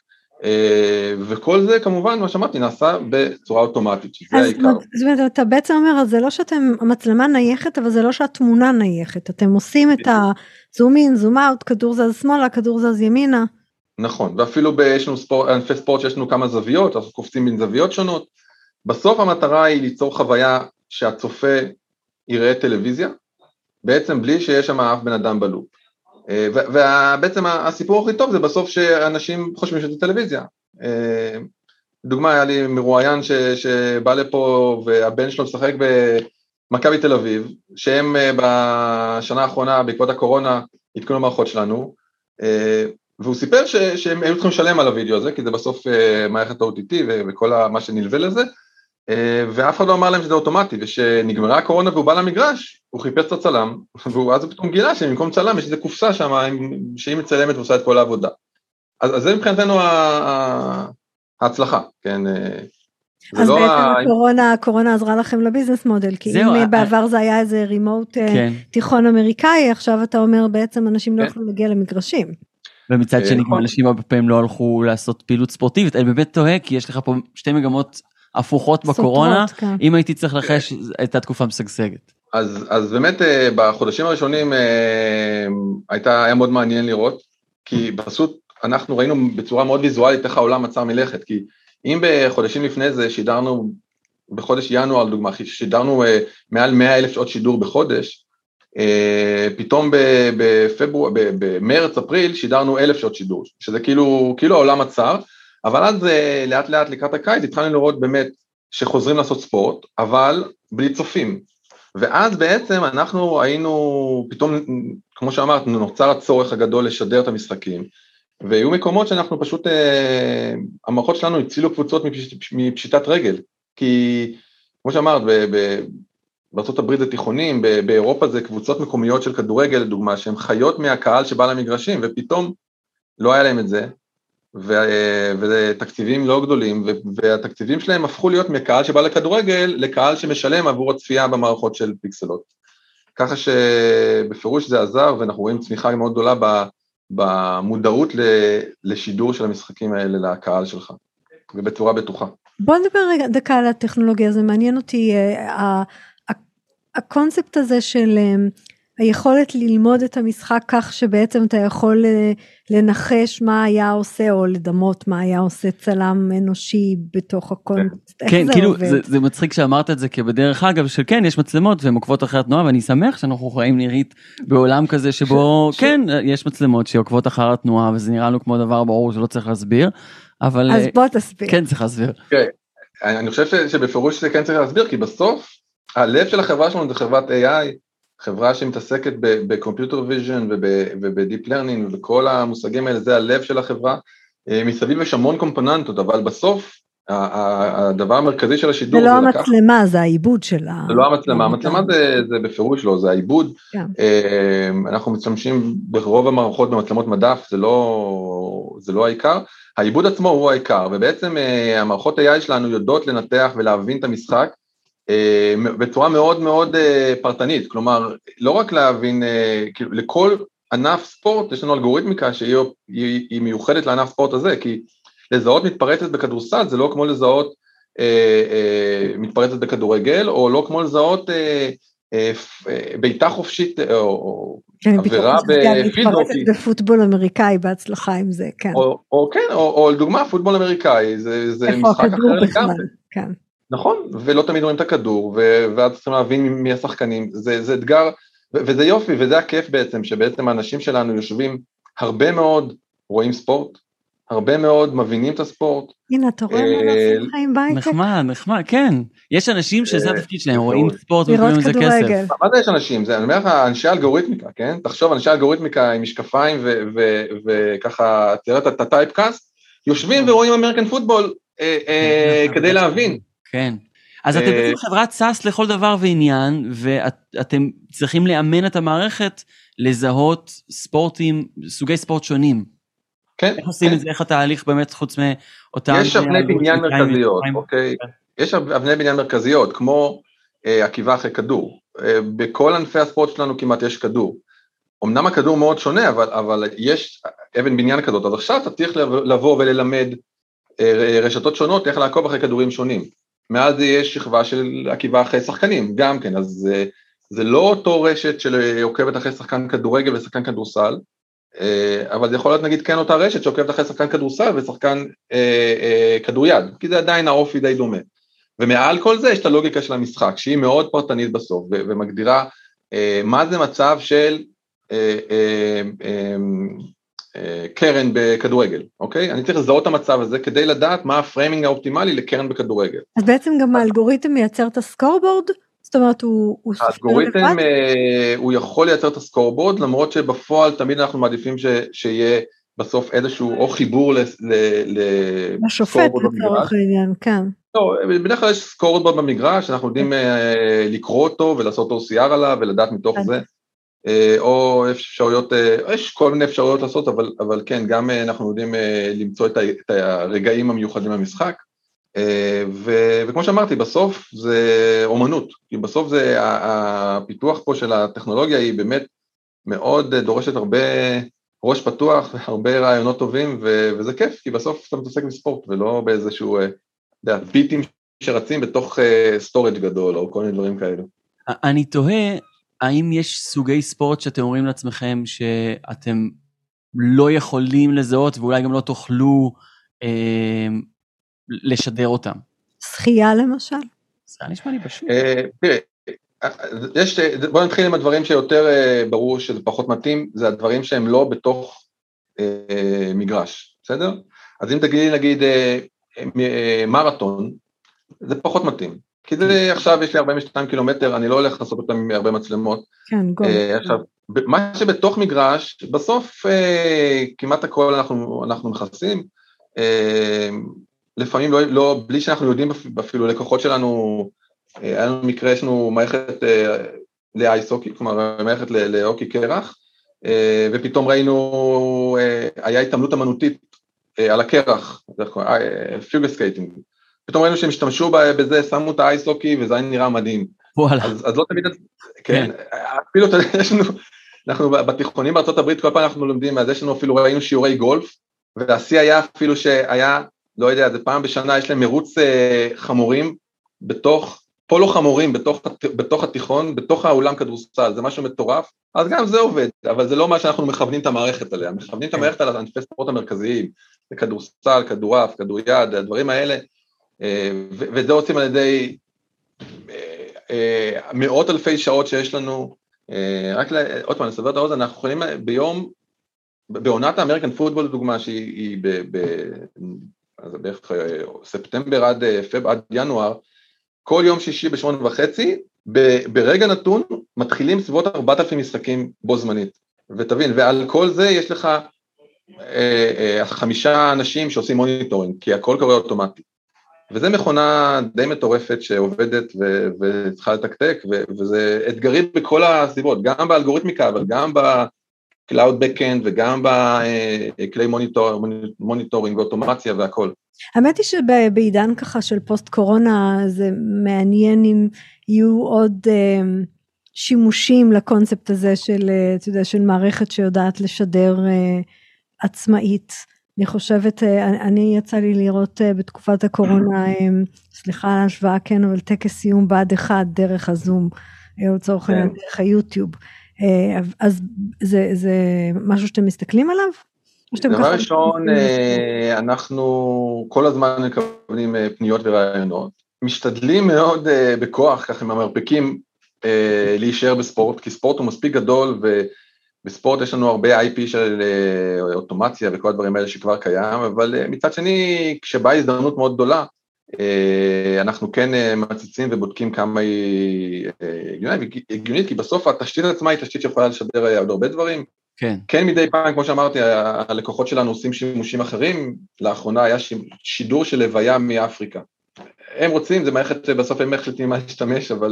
וכל זה כמובן, מה שאמרתי, נעשה בצורה אוטומטית, שזה העיקר. זאת אומרת, אתה בעצם אומר, זה לא שאתם, המצלמה נייחת, אבל זה לא שהתמונה נייחת, אתם עושים את הזום אין, זום אאוט, כדור זז שמאלה, כדור זז ימינה. נכון, ואפילו יש לנו ספורט, ענפי ספורט שיש לנו כמה זוויות, אנחנו קופצים בין זוויות שונות, בסוף המטרה היא ליצור חוויה שהצופה יראה טלוויזיה, בעצם בלי שיש שם אף בן אדם בלופ. ובעצם הסיפור הכי טוב זה בסוף שאנשים חושבים שזה טלוויזיה. דוגמה, היה לי מרואיין שבא לפה והבן שלו משחק במכבי תל אביב, שהם בשנה האחרונה בעקבות הקורונה התקנו מערכות שלנו, והוא סיפר שהם היו צריכים לשלם על הוידאו הזה, כי זה בסוף מערכת ה-או טי טי וכל מה שנלווה לזה, ואף אחד לא אמר להם שזה אוטומטי, ושנגמרה הקורונה והוא בא למגרש, הוא חיפש את הצלם, ואז הוא פתאום גילה שבמקום צלם יש איזה קופסה שם, שהיא מצלמת ועושה את כל העבודה. אז זה מבחינתנו ההצלחה, כן? אז בעצם הקורונה, הקורונה עזרה לכם לביזנס מודל, כי אם בעבר זה היה איזה רימוט תיכון אמריקאי, עכשיו אתה אומר בעצם אנשים לא יכולים להגיע למגרשים. ומצד שני, אנשים הרבה פעמים לא הלכו לעשות פעילות ספורטיבית, אני באמת תוהה, כי יש לך פה שתי מגמות הפוכות בקורונה, אם הייתי צריך לחש, הייתה תקופה משגשגת. אז, אז באמת בחודשים הראשונים הייתה, היה מאוד מעניין לראות, כי פשוט אנחנו ראינו בצורה מאוד ויזואלית איך העולם עצר מלכת, כי אם בחודשים לפני זה שידרנו, בחודש ינואר לדוגמה, שידרנו מעל מאה אלף שעות שידור בחודש, פתאום בפברואר, במרץ, אפריל, שידרנו אלף שעות שידור, שזה כאילו, כאילו העולם עצר, אבל אז לאט לאט לקראת הקיץ התחלנו לראות באמת שחוזרים לעשות ספורט, אבל בלי צופים. ואז בעצם אנחנו היינו, פתאום, כמו שאמרת, נוצר הצורך הגדול לשדר את המשחקים, והיו מקומות שאנחנו פשוט, המערכות שלנו הצילו קבוצות מפשיטת רגל, כי כמו שאמרת, בארצות הברית זה תיכונים, באירופה זה קבוצות מקומיות של כדורגל, לדוגמה, שהן חיות מהקהל שבא למגרשים, ופתאום לא היה להם את זה, וזה תקציבים לא גדולים, והתקציבים שלהם הפכו להיות מקהל שבא לכדורגל, לקהל שמשלם עבור הצפייה במערכות של פיקסלות. ככה שבפירוש זה עזר, ואנחנו רואים צמיחה מאוד גדולה במודעות לשידור של המשחקים האלה לקהל שלך, ובצורה בטוחה. בוא נדבר רגע דקה על הטכנולוגיה, זה מעניין אותי, הקונספט הזה של היכולת ללמוד את המשחק כך שבעצם אתה יכול לנחש מה היה עושה, או לדמות מה היה עושה צלם אנושי בתוך הקונספט. כן, כאילו זה מצחיק שאמרת את זה, כי בדרך אגב של כן, יש מצלמות והן עוקבות אחרי התנועה, ואני שמח שאנחנו חיים נראית בעולם כזה שבו, כן, יש מצלמות שעוקבות אחר התנועה, וזה נראה לנו כמו דבר ברור שלא צריך להסביר, אבל... אז בוא תסביר. כן, צריך להסביר. אני חושב שבפירוש זה כן צריך להסביר, כי בסוף הלב של החברה שלנו זה חברת איי איי, חברה שמתעסקת בקומפיוטר ויז'ן ובדיפ לרנינג ובכל המושגים האלה, זה הלב של החברה, מסביב יש המון קומפוננטות, אבל בסוף הדבר המרכזי של השידור... זה לא המצלמה, זה העיבוד שלה. זה לא המצלמה, המצלמה זה בפירוש לא, זה העיבוד. אנחנו משתמשים ברוב המערכות במצלמות מדף, זה לא העיקר, העיבוד עצמו הוא העיקר, ובעצם המערכות איי איי שלנו יודעות לנתח ולהבין את המשחק, בצורה מאוד מאוד פרטנית, כלומר, לא רק להבין, כאילו, לכל ענף ספורט, יש לנו אלגוריתמיקה שהיא מיוחדת לענף ספורט הזה, כי לזהות מתפרצת בכדורסל, זה לא כמו לזהות מתפרצת בכדורגל, או לא כמו לזהות בעיטה חופשית, או עבירה בפידרוקי. בפוטבול אמריקאי, בהצלחה עם זה, כן. או כן, או לדוגמה, פוטבול אמריקאי, זה משחק אחר לגמרי. כן. נכון, ולא תמיד רואים את הכדור, ואז צריכים להבין מי השחקנים, זה, זה אתגר, וזה יופי, וזה הכיף בעצם, שבעצם האנשים שלנו יושבים הרבה מאוד, רואים ספורט, הרבה מאוד מבינים את הספורט. הנה, אתה רואה מה עושים חיים בהייטק? נחמד, נחמד, כן. יש אנשים שזה התפקיד שלהם, רואים ספורט וקוראים לזה כסף. מה זה יש אנשים? זה, אני אומר לך, אנשי אלגוריתמיקה, כן? תחשוב, אנשי אלגוריתמיקה עם משקפיים, וככה, תראה את הטייפקאסט, יושבים ורואים אמריקן פוטבול, כדי להבין. כן. אז אתם בעצם חברת סאס לכל דבר ועניין, ואתם צריכים לאמן את המערכת לזהות ספורטים, סוגי ספורט שונים. כן. איך עושים את זה, איך התהליך באמת חוץ מאותם... יש אבני בניין מרכזיות, אוקיי? יש אבני בניין מרכזיות, כמו עקיבה אחרי כדור. בכל ענפי הספורט שלנו כמעט יש כדור. אמנם הכדור מאוד שונה, אבל, אבל יש אבן בניין כזאת, אז עכשיו אתה צריך לבוא וללמד רשתות שונות, איך לעקוב אחרי כדורים שונים. מעל זה יש שכבה של עקיבה אחרי שחקנים, גם כן, אז זה, זה לא אותו רשת של עוקבת אחרי שחקן כדורגל ושחקן כדורסל, אבל זה יכול להיות נגיד כן אותה רשת שעוקבת אחרי שחקן כדורסל ושחקן אה, אה, כדוריד, כי זה עדיין האופי די דומה. ומעל כל זה יש את הלוגיקה של המשחק, שהיא מאוד פרטנית בסוף, ו- ומגדירה אה, מה זה מצב של אה, אה, אה, אה, קרן בכדורגל, אוקיי? אני צריך לזהות את המצב הזה כדי לדעת מה הפריימינג האופטימלי לקרן בכדורגל. אז בעצם גם האלגוריתם מייצר את הסקורבורד? זאת אומרת, הוא... האלגוריתם, הוא יכול לייצר את הסקורבורד, למרות שבפועל תמיד אנחנו מעדיפים ש- שיהיה בסוף איזשהו או חיבור לשופט לצורך העניין, כן. לא, בדרך כלל יש סקורבורד במגרש, אנחנו יודעים לקרוא אותו ולעשות או סי אר עליו ולדעת מתוך זה, או אפשרויות, יש כל מיני אפשרויות לעשות, אבל, אבל כן, גם אנחנו יודעים למצוא את הרגעים המיוחדים במשחק, ו, וכמו שאמרתי, בסוף זה אומנות, כי בסוף זה, הפיתוח פה של הטכנולוגיה היא באמת מאוד דורשת הרבה ראש פתוח, הרבה רעיונות טובים, ו, וזה כיף, כי בסוף אתה מתעסק בספורט, ולא באיזשהו, יודע, ביטים שרצים בתוך סטורג' גדול, או כל מיני דברים כאלו. אני תוהה, האם יש סוגי ספורט שאתם אומרים לעצמכם, שאתם לא יכולים לזהות, ואולי גם לא תוכלו אה, לשדר אותם? שחייה למשל? זה נשמע לי פשוט. תראה, יש, בוא נתחיל עם הדברים שיותר ברור שזה פחות מתאים, זה הדברים שהם לא בתוך מגרש, בסדר? אז אם תגידי, נגיד, מרתון, זה פחות מתאים, כי זה עכשיו יש לי ארבעים ושתיים קילומטר, אני לא הולך לעשות אותם עם הרבה מצלמות. כן, גול. עכשיו, מה שבתוך מגרש, בסוף כמעט הכל אנחנו, אנחנו מכסים, לפעמים לא, לא, בלי שאנחנו יודעים אפילו לקוחות שלנו, היה לנו מקרה, יש לנו מערכת לאייסוקי, כלומר מערכת לאוקי קרח, ופתאום ראינו, היה התעמלות אמנותית על הקרח, פיגר סקייטינג, פתאום ראינו שהם השתמשו בזה, שמו את האייסוקי, וזה נראה מדהים. וואלה. אז, אז לא תמיד, כן, אפילו יש לנו, אנחנו בתיכונים בארצות הברית, כל פעם אנחנו לומדים, אז יש לנו אפילו, ראינו שיעורי גולף, והשיא היה אפילו שהיה, לא יודע, זה פעם בשנה, יש להם מרוץ חמורים, בתוך, פולו חמורים, בתוך, בתוך התיכון, בתוך האולם כדורסל, זה משהו מטורף, אז גם זה עובד, אבל זה לא מה שאנחנו מכוונים את המערכת עליה, מכוונים את המערכת על ענפי ספורט המרכזיים, כדורסל, כדורף, כדוריד, הדברים האלה, וזה עושים על ידי מאות אלפי שעות שיש לנו, רק עוד פעם, לסבר את האוזן, אנחנו יכולים ביום, בעונת האמריקן פוטבול, לדוגמה, שהיא בערך ספטמבר עד עד ינואר, כל יום שישי בשמונה וחצי, ברגע נתון, מתחילים סביבות ארבעת אלפים משחקים בו זמנית, ותבין, ועל כל זה יש לך חמישה אנשים שעושים מוניטורינג, כי הכל קורה אוטומטי. וזה מכונה די מטורפת שעובדת וצריכה לתקתק, וזה אתגרים בכל הסיבות, גם באלגוריתמיקה, אבל גם בקלאוד בקאנד, וגם בכלי מוניטורינג ואוטומציה והכל. האמת היא שבעידן ככה של פוסט קורונה, זה מעניין אם יהיו עוד שימושים לקונספט הזה של, אתה יודע, של מערכת שיודעת לשדר עצמאית. אני חושבת, אני יצא לי לראות בתקופת הקורונה, סליחה על ההשוואה, כן, אבל טקס סיום בעד אחד דרך הזום, או לצורך העניין דרך היוטיוב. אז זה, זה משהו שאתם מסתכלים עליו? דבר ראשון, אנחנו כל הזמן מקבלים פניות ורעיונות, משתדלים מאוד בכוח, ככה עם המרפקים, להישאר בספורט, כי ספורט הוא מספיק גדול, ובספורט יש לנו הרבה איי פי של אוטומציה וכל הדברים האלה שכבר קיים, אבל מצד שני, כשבאה הזדמנות מאוד גדולה, אנחנו כן מציצים ובודקים כמה היא הגיונית, כי בסוף התשתית עצמה היא תשתית שיכולה לשדר עוד הרבה דברים, כן. כן, מדי פעם, כמו שאמרתי, הלקוחות שלנו עושים שימושים אחרים, לאחרונה היה שידור של לוויה מאפריקה, הם רוצים, זה מערכת, בסוף הם מחליטים מה להשתמש, אבל,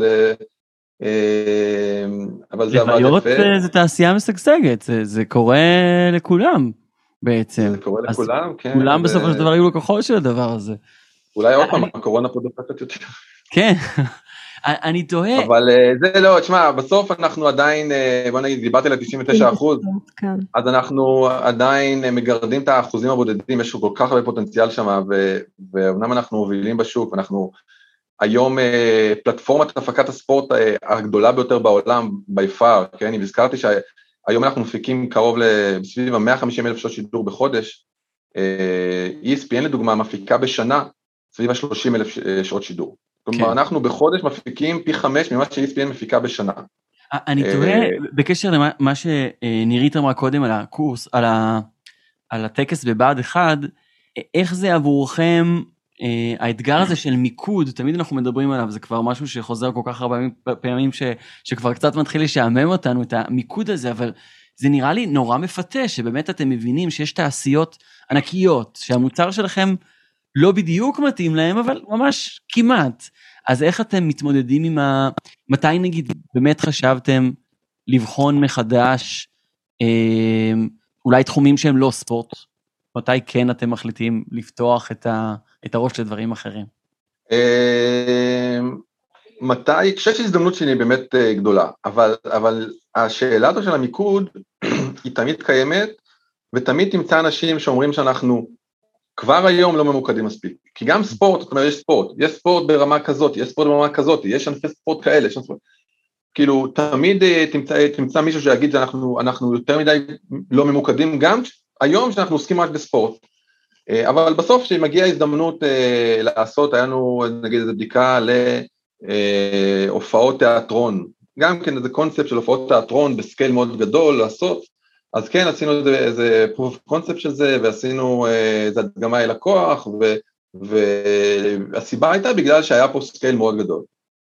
אבל זה עבד יפה. זה תעשייה משגשגת, זה, זה קורה לכולם בעצם. זה קורה לכולם, כן. כולם בסופו של דבר היו לקוחות של הדבר הזה. אולי עוד פעם, הקורונה פה דופקת יותר. כן. אני תוהה. אבל זה לא, תשמע, בסוף אנחנו עדיין, בוא נגיד, דיברתי ל-תשעים ותשעה אחוז, אז אנחנו עדיין מגרדים את האחוזים הבודדים, יש כל כך הרבה פוטנציאל שם, ואומנם אנחנו מובילים בשוק, אנחנו היום פלטפורמת הפקת הספורט הגדולה ביותר בעולם, by far, כן, והזכרתי שהיום אנחנו מפיקים קרוב לסביב מאה וחמישים אלף שעות שידור בחודש, E S P N לדוגמה מפיקה בשנה, סביב ה-שלושים אלף שעות שידור. כלומר, אנחנו בחודש מפיקים פי חמש ממה ש-E S P N מפיקה בשנה. אני תוהה, בקשר למה שנירית אמרה קודם על הקורס, על הטקס בבה"ד אחד, איך זה עבורכם, האתגר הזה של מיקוד, תמיד אנחנו מדברים עליו, זה כבר משהו שחוזר כל כך הרבה פעמים, שכבר קצת מתחיל לשעמם אותנו, את המיקוד הזה, אבל זה נראה לי נורא מפתה, שבאמת אתם מבינים שיש תעשיות ענקיות, שהמוצר שלכם לא בדיוק מתאים להם, אבל ממש כמעט. אז איך אתם מתמודדים עם ה... מתי נגיד באמת חשבתם לבחון מחדש, אה, אולי תחומים שהם לא ספורט? מתי כן אתם מחליטים לפתוח את, ה... את הראש לדברים אחרים? אה, מתי? כשיש הזדמנות שלי באמת אה, גדולה, אבל, אבל השאלה הזו של המיקוד היא תמיד קיימת, ותמיד תמצא אנשים שאומרים שאנחנו כבר היום לא ממוקדים מספיק, כי גם ספורט, זאת אומרת, יש ספורט, יש ספורט ברמה כזאת, יש ספורט ברמה כזאת, יש ענפי ספורט כאלה, יש ספורט, כאילו, תמיד תמצא, תמצא מישהו שיגיד שאנחנו אנחנו יותר מדי לא ממוקדים, גם היום שאנחנו עוסקים רק בספורט, אבל בסוף שמגיעה הזדמנות לעשות, היה לנו, נגיד, איזו בדיקה להופעות תיאטרון, גם כן איזה קונספט של הופעות תיאטרון בסקייל מאוד גדול לעשות, אז כן, עשינו איזה, איזה proof of concept של זה, ועשינו איזה הדגמה אל הכוח, ו, והסיבה הייתה בגלל שהיה פה סקייל מאוד גדול.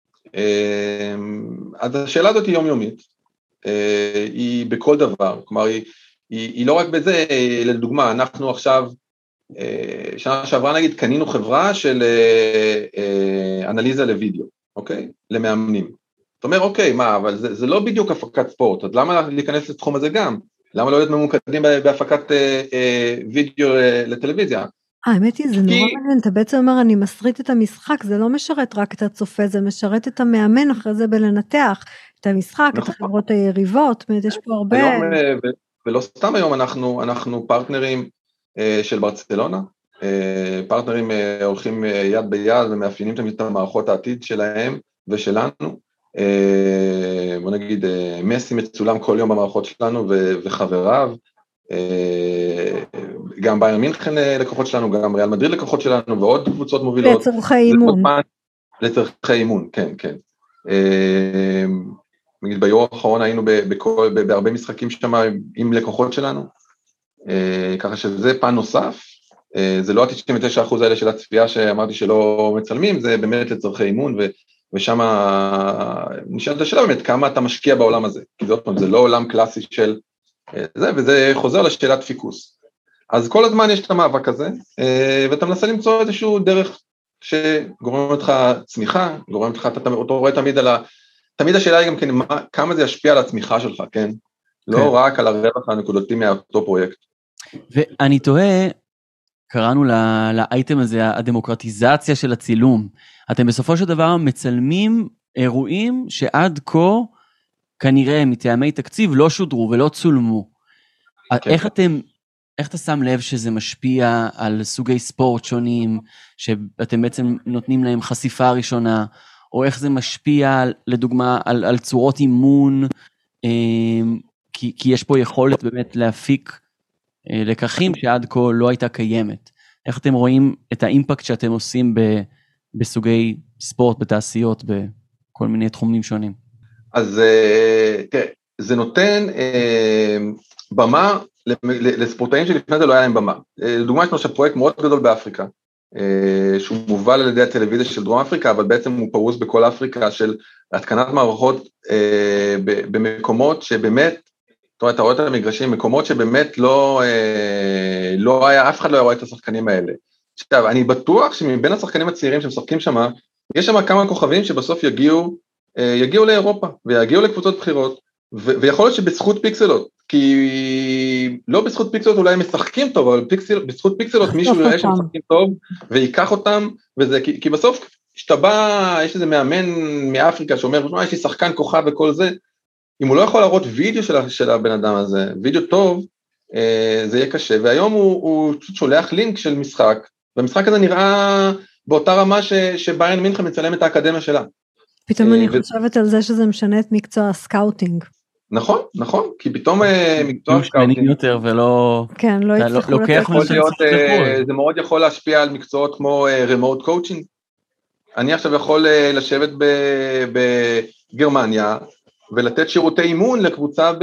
אז השאלה הזאת היא יומיומית, היא בכל דבר, כלומר, היא, היא, היא לא רק בזה, לדוגמה, אנחנו עכשיו, שנה שעברה נגיד, קנינו חברה של אנליזה לוידאו, אוקיי? למאמנים. זאת אומרת, אוקיי, מה, אבל זה, זה לא בדיוק הפקת ספורט, אז למה להיכנס לתחום הזה גם? למה לא להיות ממוקדים בהפקת אה, אה, וידאו אה, לטלוויזיה? האמת היא, זה כי... נורא מעניין, אתה בעצם אומר, אני מסריט את המשחק, זה לא משרת רק את הצופה, זה משרת את המאמן אחרי זה בלנתח את המשחק, נכון. את החברות היריבות, יש פה הרבה... היום, ו- ולא סתם היום, אנחנו, אנחנו פרטנרים אה, של ברצלונה, אה, פרטנרים אה, הולכים אה, יד ביד, ומאפיינים תמיד את המערכות העתיד שלהם ושלנו, בוא נגיד, מסי מצולם כל יום במערכות שלנו וחבריו, גם ביירן מינכן לקוחות שלנו, גם ריאל מדריד לקוחות שלנו, ועוד קבוצות מובילות. לצורכי אימון. לצורכי אימון, כן, כן. נגיד, ביום האחרון היינו בהרבה משחקים שם עם לקוחות שלנו, ככה שזה פן נוסף, זה לא ה-תשעים ותשעה אחוז האלה של הצפייה שאמרתי שלא מצלמים, זה באמת לצורכי אימון, ו... ושם נשאלת השאלה באמת כמה אתה משקיע בעולם הזה, כי זאת אומרת, זה לא עולם קלאסי של זה, וזה חוזר לשאלת פיקוס. אז כל הזמן יש את המאבק הזה, ואתה מנסה למצוא איזשהו דרך שגורם לך צמיחה, גורם לך, אתה רואה תמיד על ה... תמיד השאלה היא גם כן, מה, כמה זה ישפיע על הצמיחה שלך, כן? כן. לא רק על הרווח הנקודתי מאותו פרויקט. ואני תוהה, קראנו לאייטם הזה, הדמוקרטיזציה של הצילום. אתם בסופו של דבר מצלמים אירועים שעד כה, כנראה מטעמי תקציב, לא שודרו ולא צולמו. כן. איך אתם, איך אתה שם לב שזה משפיע על סוגי ספורט שונים, שאתם בעצם נותנים להם חשיפה ראשונה, או איך זה משפיע, לדוגמה, על, על צורות אימון, כי, כי יש פה יכולת באמת להפיק לקחים שעד כה לא הייתה קיימת. איך אתם רואים את האימפקט שאתם עושים ב, בסוגי ספורט, בתעשיות, בכל מיני תחומים שונים? אז תראה, זה נותן במה לספורטאים שלפני זה לא היה להם במה. לדוגמה, יש לנו פרויקט מאוד גדול באפריקה, שהוא מובל על ידי הטלוויזיה של דרום אפריקה, אבל בעצם הוא פרוס בכל אפריקה של התקנת מערכות במקומות שבאמת, זאת אומרת, אתה רואה את המגרשים, מקומות שבאמת לא, לא היה, אף אחד לא רואה את השחקנים האלה, עכשיו, אני בטוח שמבין השחקנים הצעירים שמשחקים שם, יש שם כמה כוכבים שבסוף יגיעו, יגיעו לאירופה, ויגיעו לקבוצות בחירות, ו- ויכול להיות שבזכות פיקסלות, כי לא בזכות פיקסלות אולי הם משחקים טוב, אבל פיקסל, בזכות פיקסלות מישהו יראה שהם משחקים טוב, ויקח אותם, וזה, כי, כי בסוף, כשאתה בא, יש איזה מאמן מאפריקה שאומר, מה, יש לי שחקן כוכב וכל זה, אם הוא לא יכול להראות וידאו של, של הבן אדם הזה, וידאו טוב, אה, זה יהיה קשה, והיום הוא, הוא שולח לינק של משחק, והמשחק הזה נראה באותה רמה ש, שביירן מינכן מצלם את האקדמיה שלה. פתאום אני חושבת על זה שזה משנה את מקצוע הסקאוטינג. נכון, נכון, כי פתאום מקצוע הסקאוטינג יותר ולא... כן, לא יצטרכו לתת. זה מאוד יכול להשפיע על מקצועות כמו remote coaching. אני עכשיו יכול לשבת בגרמניה, ולתת שירותי אימון לקבוצה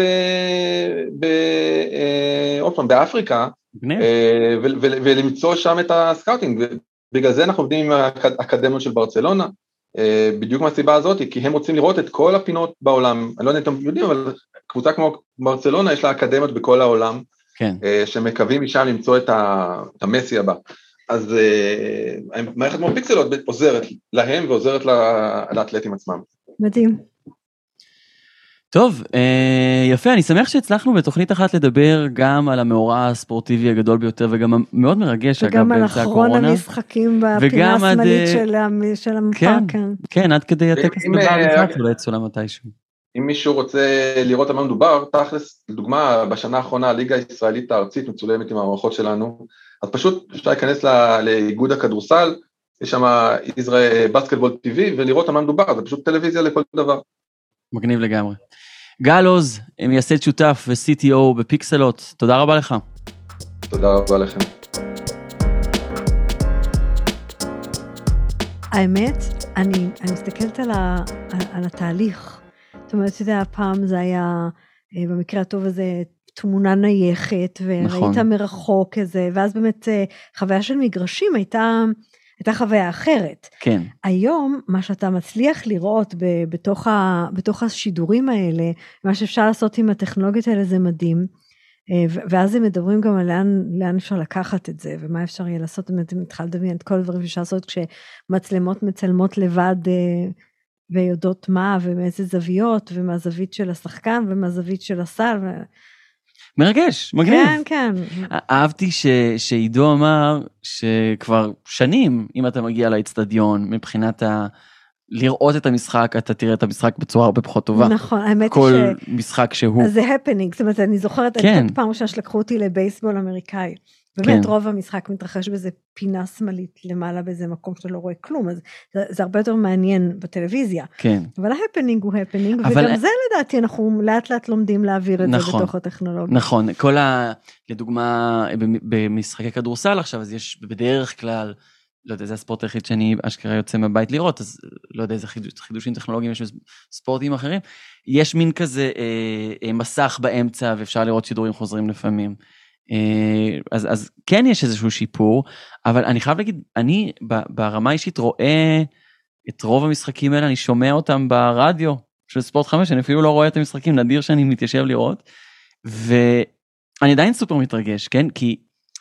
באפריקה, ולמצוא שם את הסקאוטינג. בגלל זה אנחנו עובדים עם האקדמיות של ברצלונה, בדיוק מהסיבה הזאת, כי הם רוצים לראות את כל הפינות בעולם, אני לא יודע אם אתם יודעים, אבל קבוצה כמו ברצלונה יש לה אקדמיות בכל העולם, כן. שמקווים משם למצוא את המסי הבא. אז מערכת כמו פיקסלות עוזרת להם ועוזרת לאתלטים עצמם. מדהים. טוב, יפה, אני שמח שהצלחנו בתוכנית אחת לדבר גם על המאורע הספורטיבי הגדול ביותר, וגם מאוד מרגש, אגב, באמצע הקורונה. וגם על אחרון המשחקים בפינה השמאלית של המפה, כן. כן, עד כדי הטקס בבעל אולי צולם מתישהו. אם מישהו רוצה לראות על מה מדובר, תכלס, לדוגמה, בשנה האחרונה, הליגה הישראלית הארצית מצולמת עם המערכות שלנו, אז פשוט אפשר להיכנס לאיגוד הכדורסל, יש שם בסקטבול טי-וי, ולראות על מה מדובר, זה פשוט טלוויזיה לכל דבר. מגניב לגמרי. גל עוז, מייסד שותף ו-סי טי או בפיקסלות, תודה רבה לך. תודה רבה לכם. האמת, אני, אני מסתכלת על, ה, על, על התהליך. זאת אומרת, שזה הפעם זה היה, במקרה הטוב הזה, תמונה נייחת, וראית נכון. מרחוק איזה, ואז באמת חוויה של מגרשים הייתה... הייתה חוויה אחרת. כן. היום, מה שאתה מצליח לראות ב- בתוך, ה- בתוך השידורים האלה, מה שאפשר לעשות עם הטכנולוגיות האלה זה מדהים, ו- ואז הם מדברים גם על לאן, לאן אפשר לקחת את זה, ומה אפשר יהיה לעשות, אם אתם התחלת לדמיין את כל הדברים שאפשר לעשות, כשמצלמות מצלמות לבד, ויודעות מה, ומאיזה זוויות, ומהזווית של השחקן, ומהזווית של הסל, ו... מרגש, מגניב. כן, כן. אהבתי ש, שעידו אמר שכבר שנים, אם אתה מגיע לאצטדיון, מבחינת ה... לראות את המשחק, אתה תראה את המשחק בצורה הרבה פחות טובה. נכון, האמת כל ש... כל משחק שהוא. אז זה הפנינג, זאת אומרת, אני זוכרת, כן. את פעם ראשונה שלקחו אותי לבייסבול אמריקאי, באמת כן. רוב המשחק מתרחש באיזה פינה שמאלית למעלה, באיזה מקום שאתה לא רואה כלום, אז זה, זה הרבה יותר מעניין בטלוויזיה. כן. אבל ההפנינג הוא הפנינג, אבל... וגם זה לדעתי, אנחנו לאט לאט לומדים להעביר את נכון, זה בתוך הטכנולוגיה. נכון, כל ה... לדוגמה, במשחקי כדורסל עכשיו, אז יש בדרך כלל, לא יודע, זה הספורט היחיד שאני אשכרה יוצא מהבית לראות, אז לא יודע איזה חידוש, חידושים טכנולוגיים יש בספורטים אחרים, יש מין כזה אה, מסך באמצע, ואפשר לראות שידורים חוזרים לפעמים. אז, אז כן יש איזשהו שיפור, אבל אני חייב להגיד, אני ברמה אישית רואה את רוב המשחקים האלה, אני שומע אותם ברדיו של ספורט חמש, אני אפילו לא רואה את המשחקים, נדיר שאני מתיישב לראות, ואני עדיין סופר מתרגש, כן? כי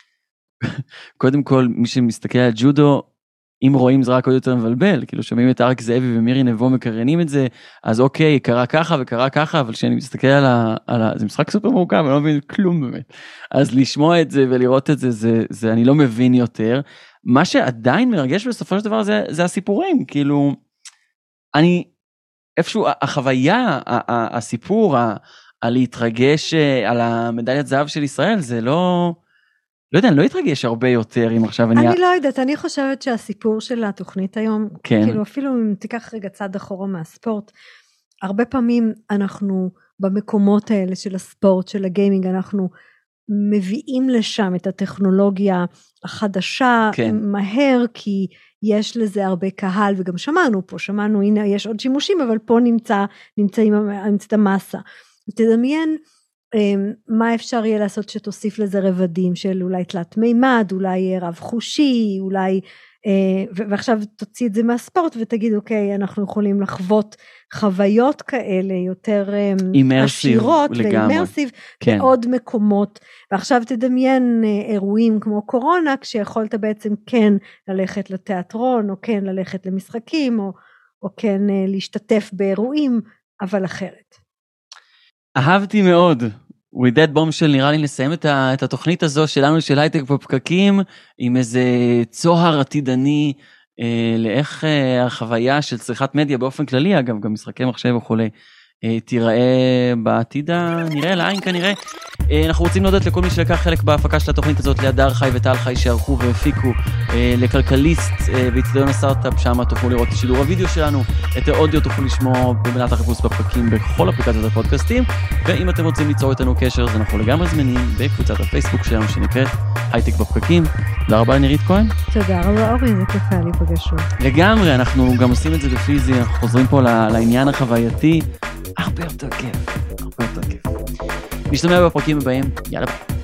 קודם כל, מי שמסתכל על ג'ודו, אם רואים זה רק עוד יותר מבלבל, כאילו שומעים את אריק זאבי ומירי נבו מקרנים את זה, אז אוקיי, קרה ככה וקרה ככה, אבל כשאני מסתכל על ה... על ה... זה משחק סופר מורכב, אני לא מבין כלום באמת. אז לשמוע את זה ולראות את זה, זה, זה אני לא מבין יותר. מה שעדיין מרגש בסופו של דבר זה, זה הסיפורים, כאילו, אני, איפשהו, החוויה, הסיפור, על להתרגש על המדליית זהב של ישראל, זה לא... לא יודע, אני לא אתרגש הרבה יותר אם עכשיו אני... אני לא יודעת, אני חושבת שהסיפור של התוכנית היום, כן. כאילו אפילו אם תיקח רגע צד אחורה מהספורט, הרבה פעמים אנחנו במקומות האלה של הספורט, של הגיימינג, אנחנו מביאים לשם את הטכנולוגיה החדשה, כן. מהר, כי יש לזה הרבה קהל, וגם שמענו פה, שמענו, הנה יש עוד שימושים, אבל פה נמצא, נמצאים, נמצא מסה. תדמיין, מה אפשר יהיה לעשות שתוסיף לזה רבדים של אולי תלת מימד, אולי רב חושי, אולי ועכשיו תוציא את זה מהספורט ותגיד, אוקיי, אנחנו יכולים לחוות חוויות כאלה יותר עשירות ואימרסיב בעוד מקומות, ועכשיו תדמיין אירועים כמו קורונה, כשיכולת בעצם כן ללכת לתיאטרון, או כן ללכת למשחקים, או, או כן להשתתף באירועים, אבל אחרת. אהבתי מאוד. With that bombshell נראה לי נסיים את, ה, את התוכנית הזו שלנו של הייטק בפקקים, עם איזה צוהר עתידני, אה, לאיך אה, החוויה של צריכת מדיה באופן כללי, אגב גם משחקי מחשב וכולי, אה, תיראה בעתיד הנראה לעין כנראה. אה, אנחנו רוצים להודות לכל מי שלקח חלק בהפקה של התוכנית הזאת, לידר חי וטל חי שערכו והפיקו, אה, לכלכליסט אה, ואצטדיון הסטארט-אפ, שם תוכלו לראות את שידור הוידאו שלנו, את האודיו תוכלו לשמוע במילת החיפוש בפקקים בכל אפליקציות הפודקאסטים, ואם אתם רוצים ליצור איתנו קשר, אז אנחנו לגמרי זמינים בקבוצת הפייסבוק שלנו שנקראת הייטק בפקקים. תודה רבה לנירית כהן. תודה רבה אורי, זה כיף היה להיפגש שוב. לגמרי, אנחנו גם עושים את זה בפיזי, אנחנו חוזרים פה לעניין החווייתי, הרבה יותר כיף, הרבה יותר כיף. נשתמע בפרקים הבאים, יאללה ביי.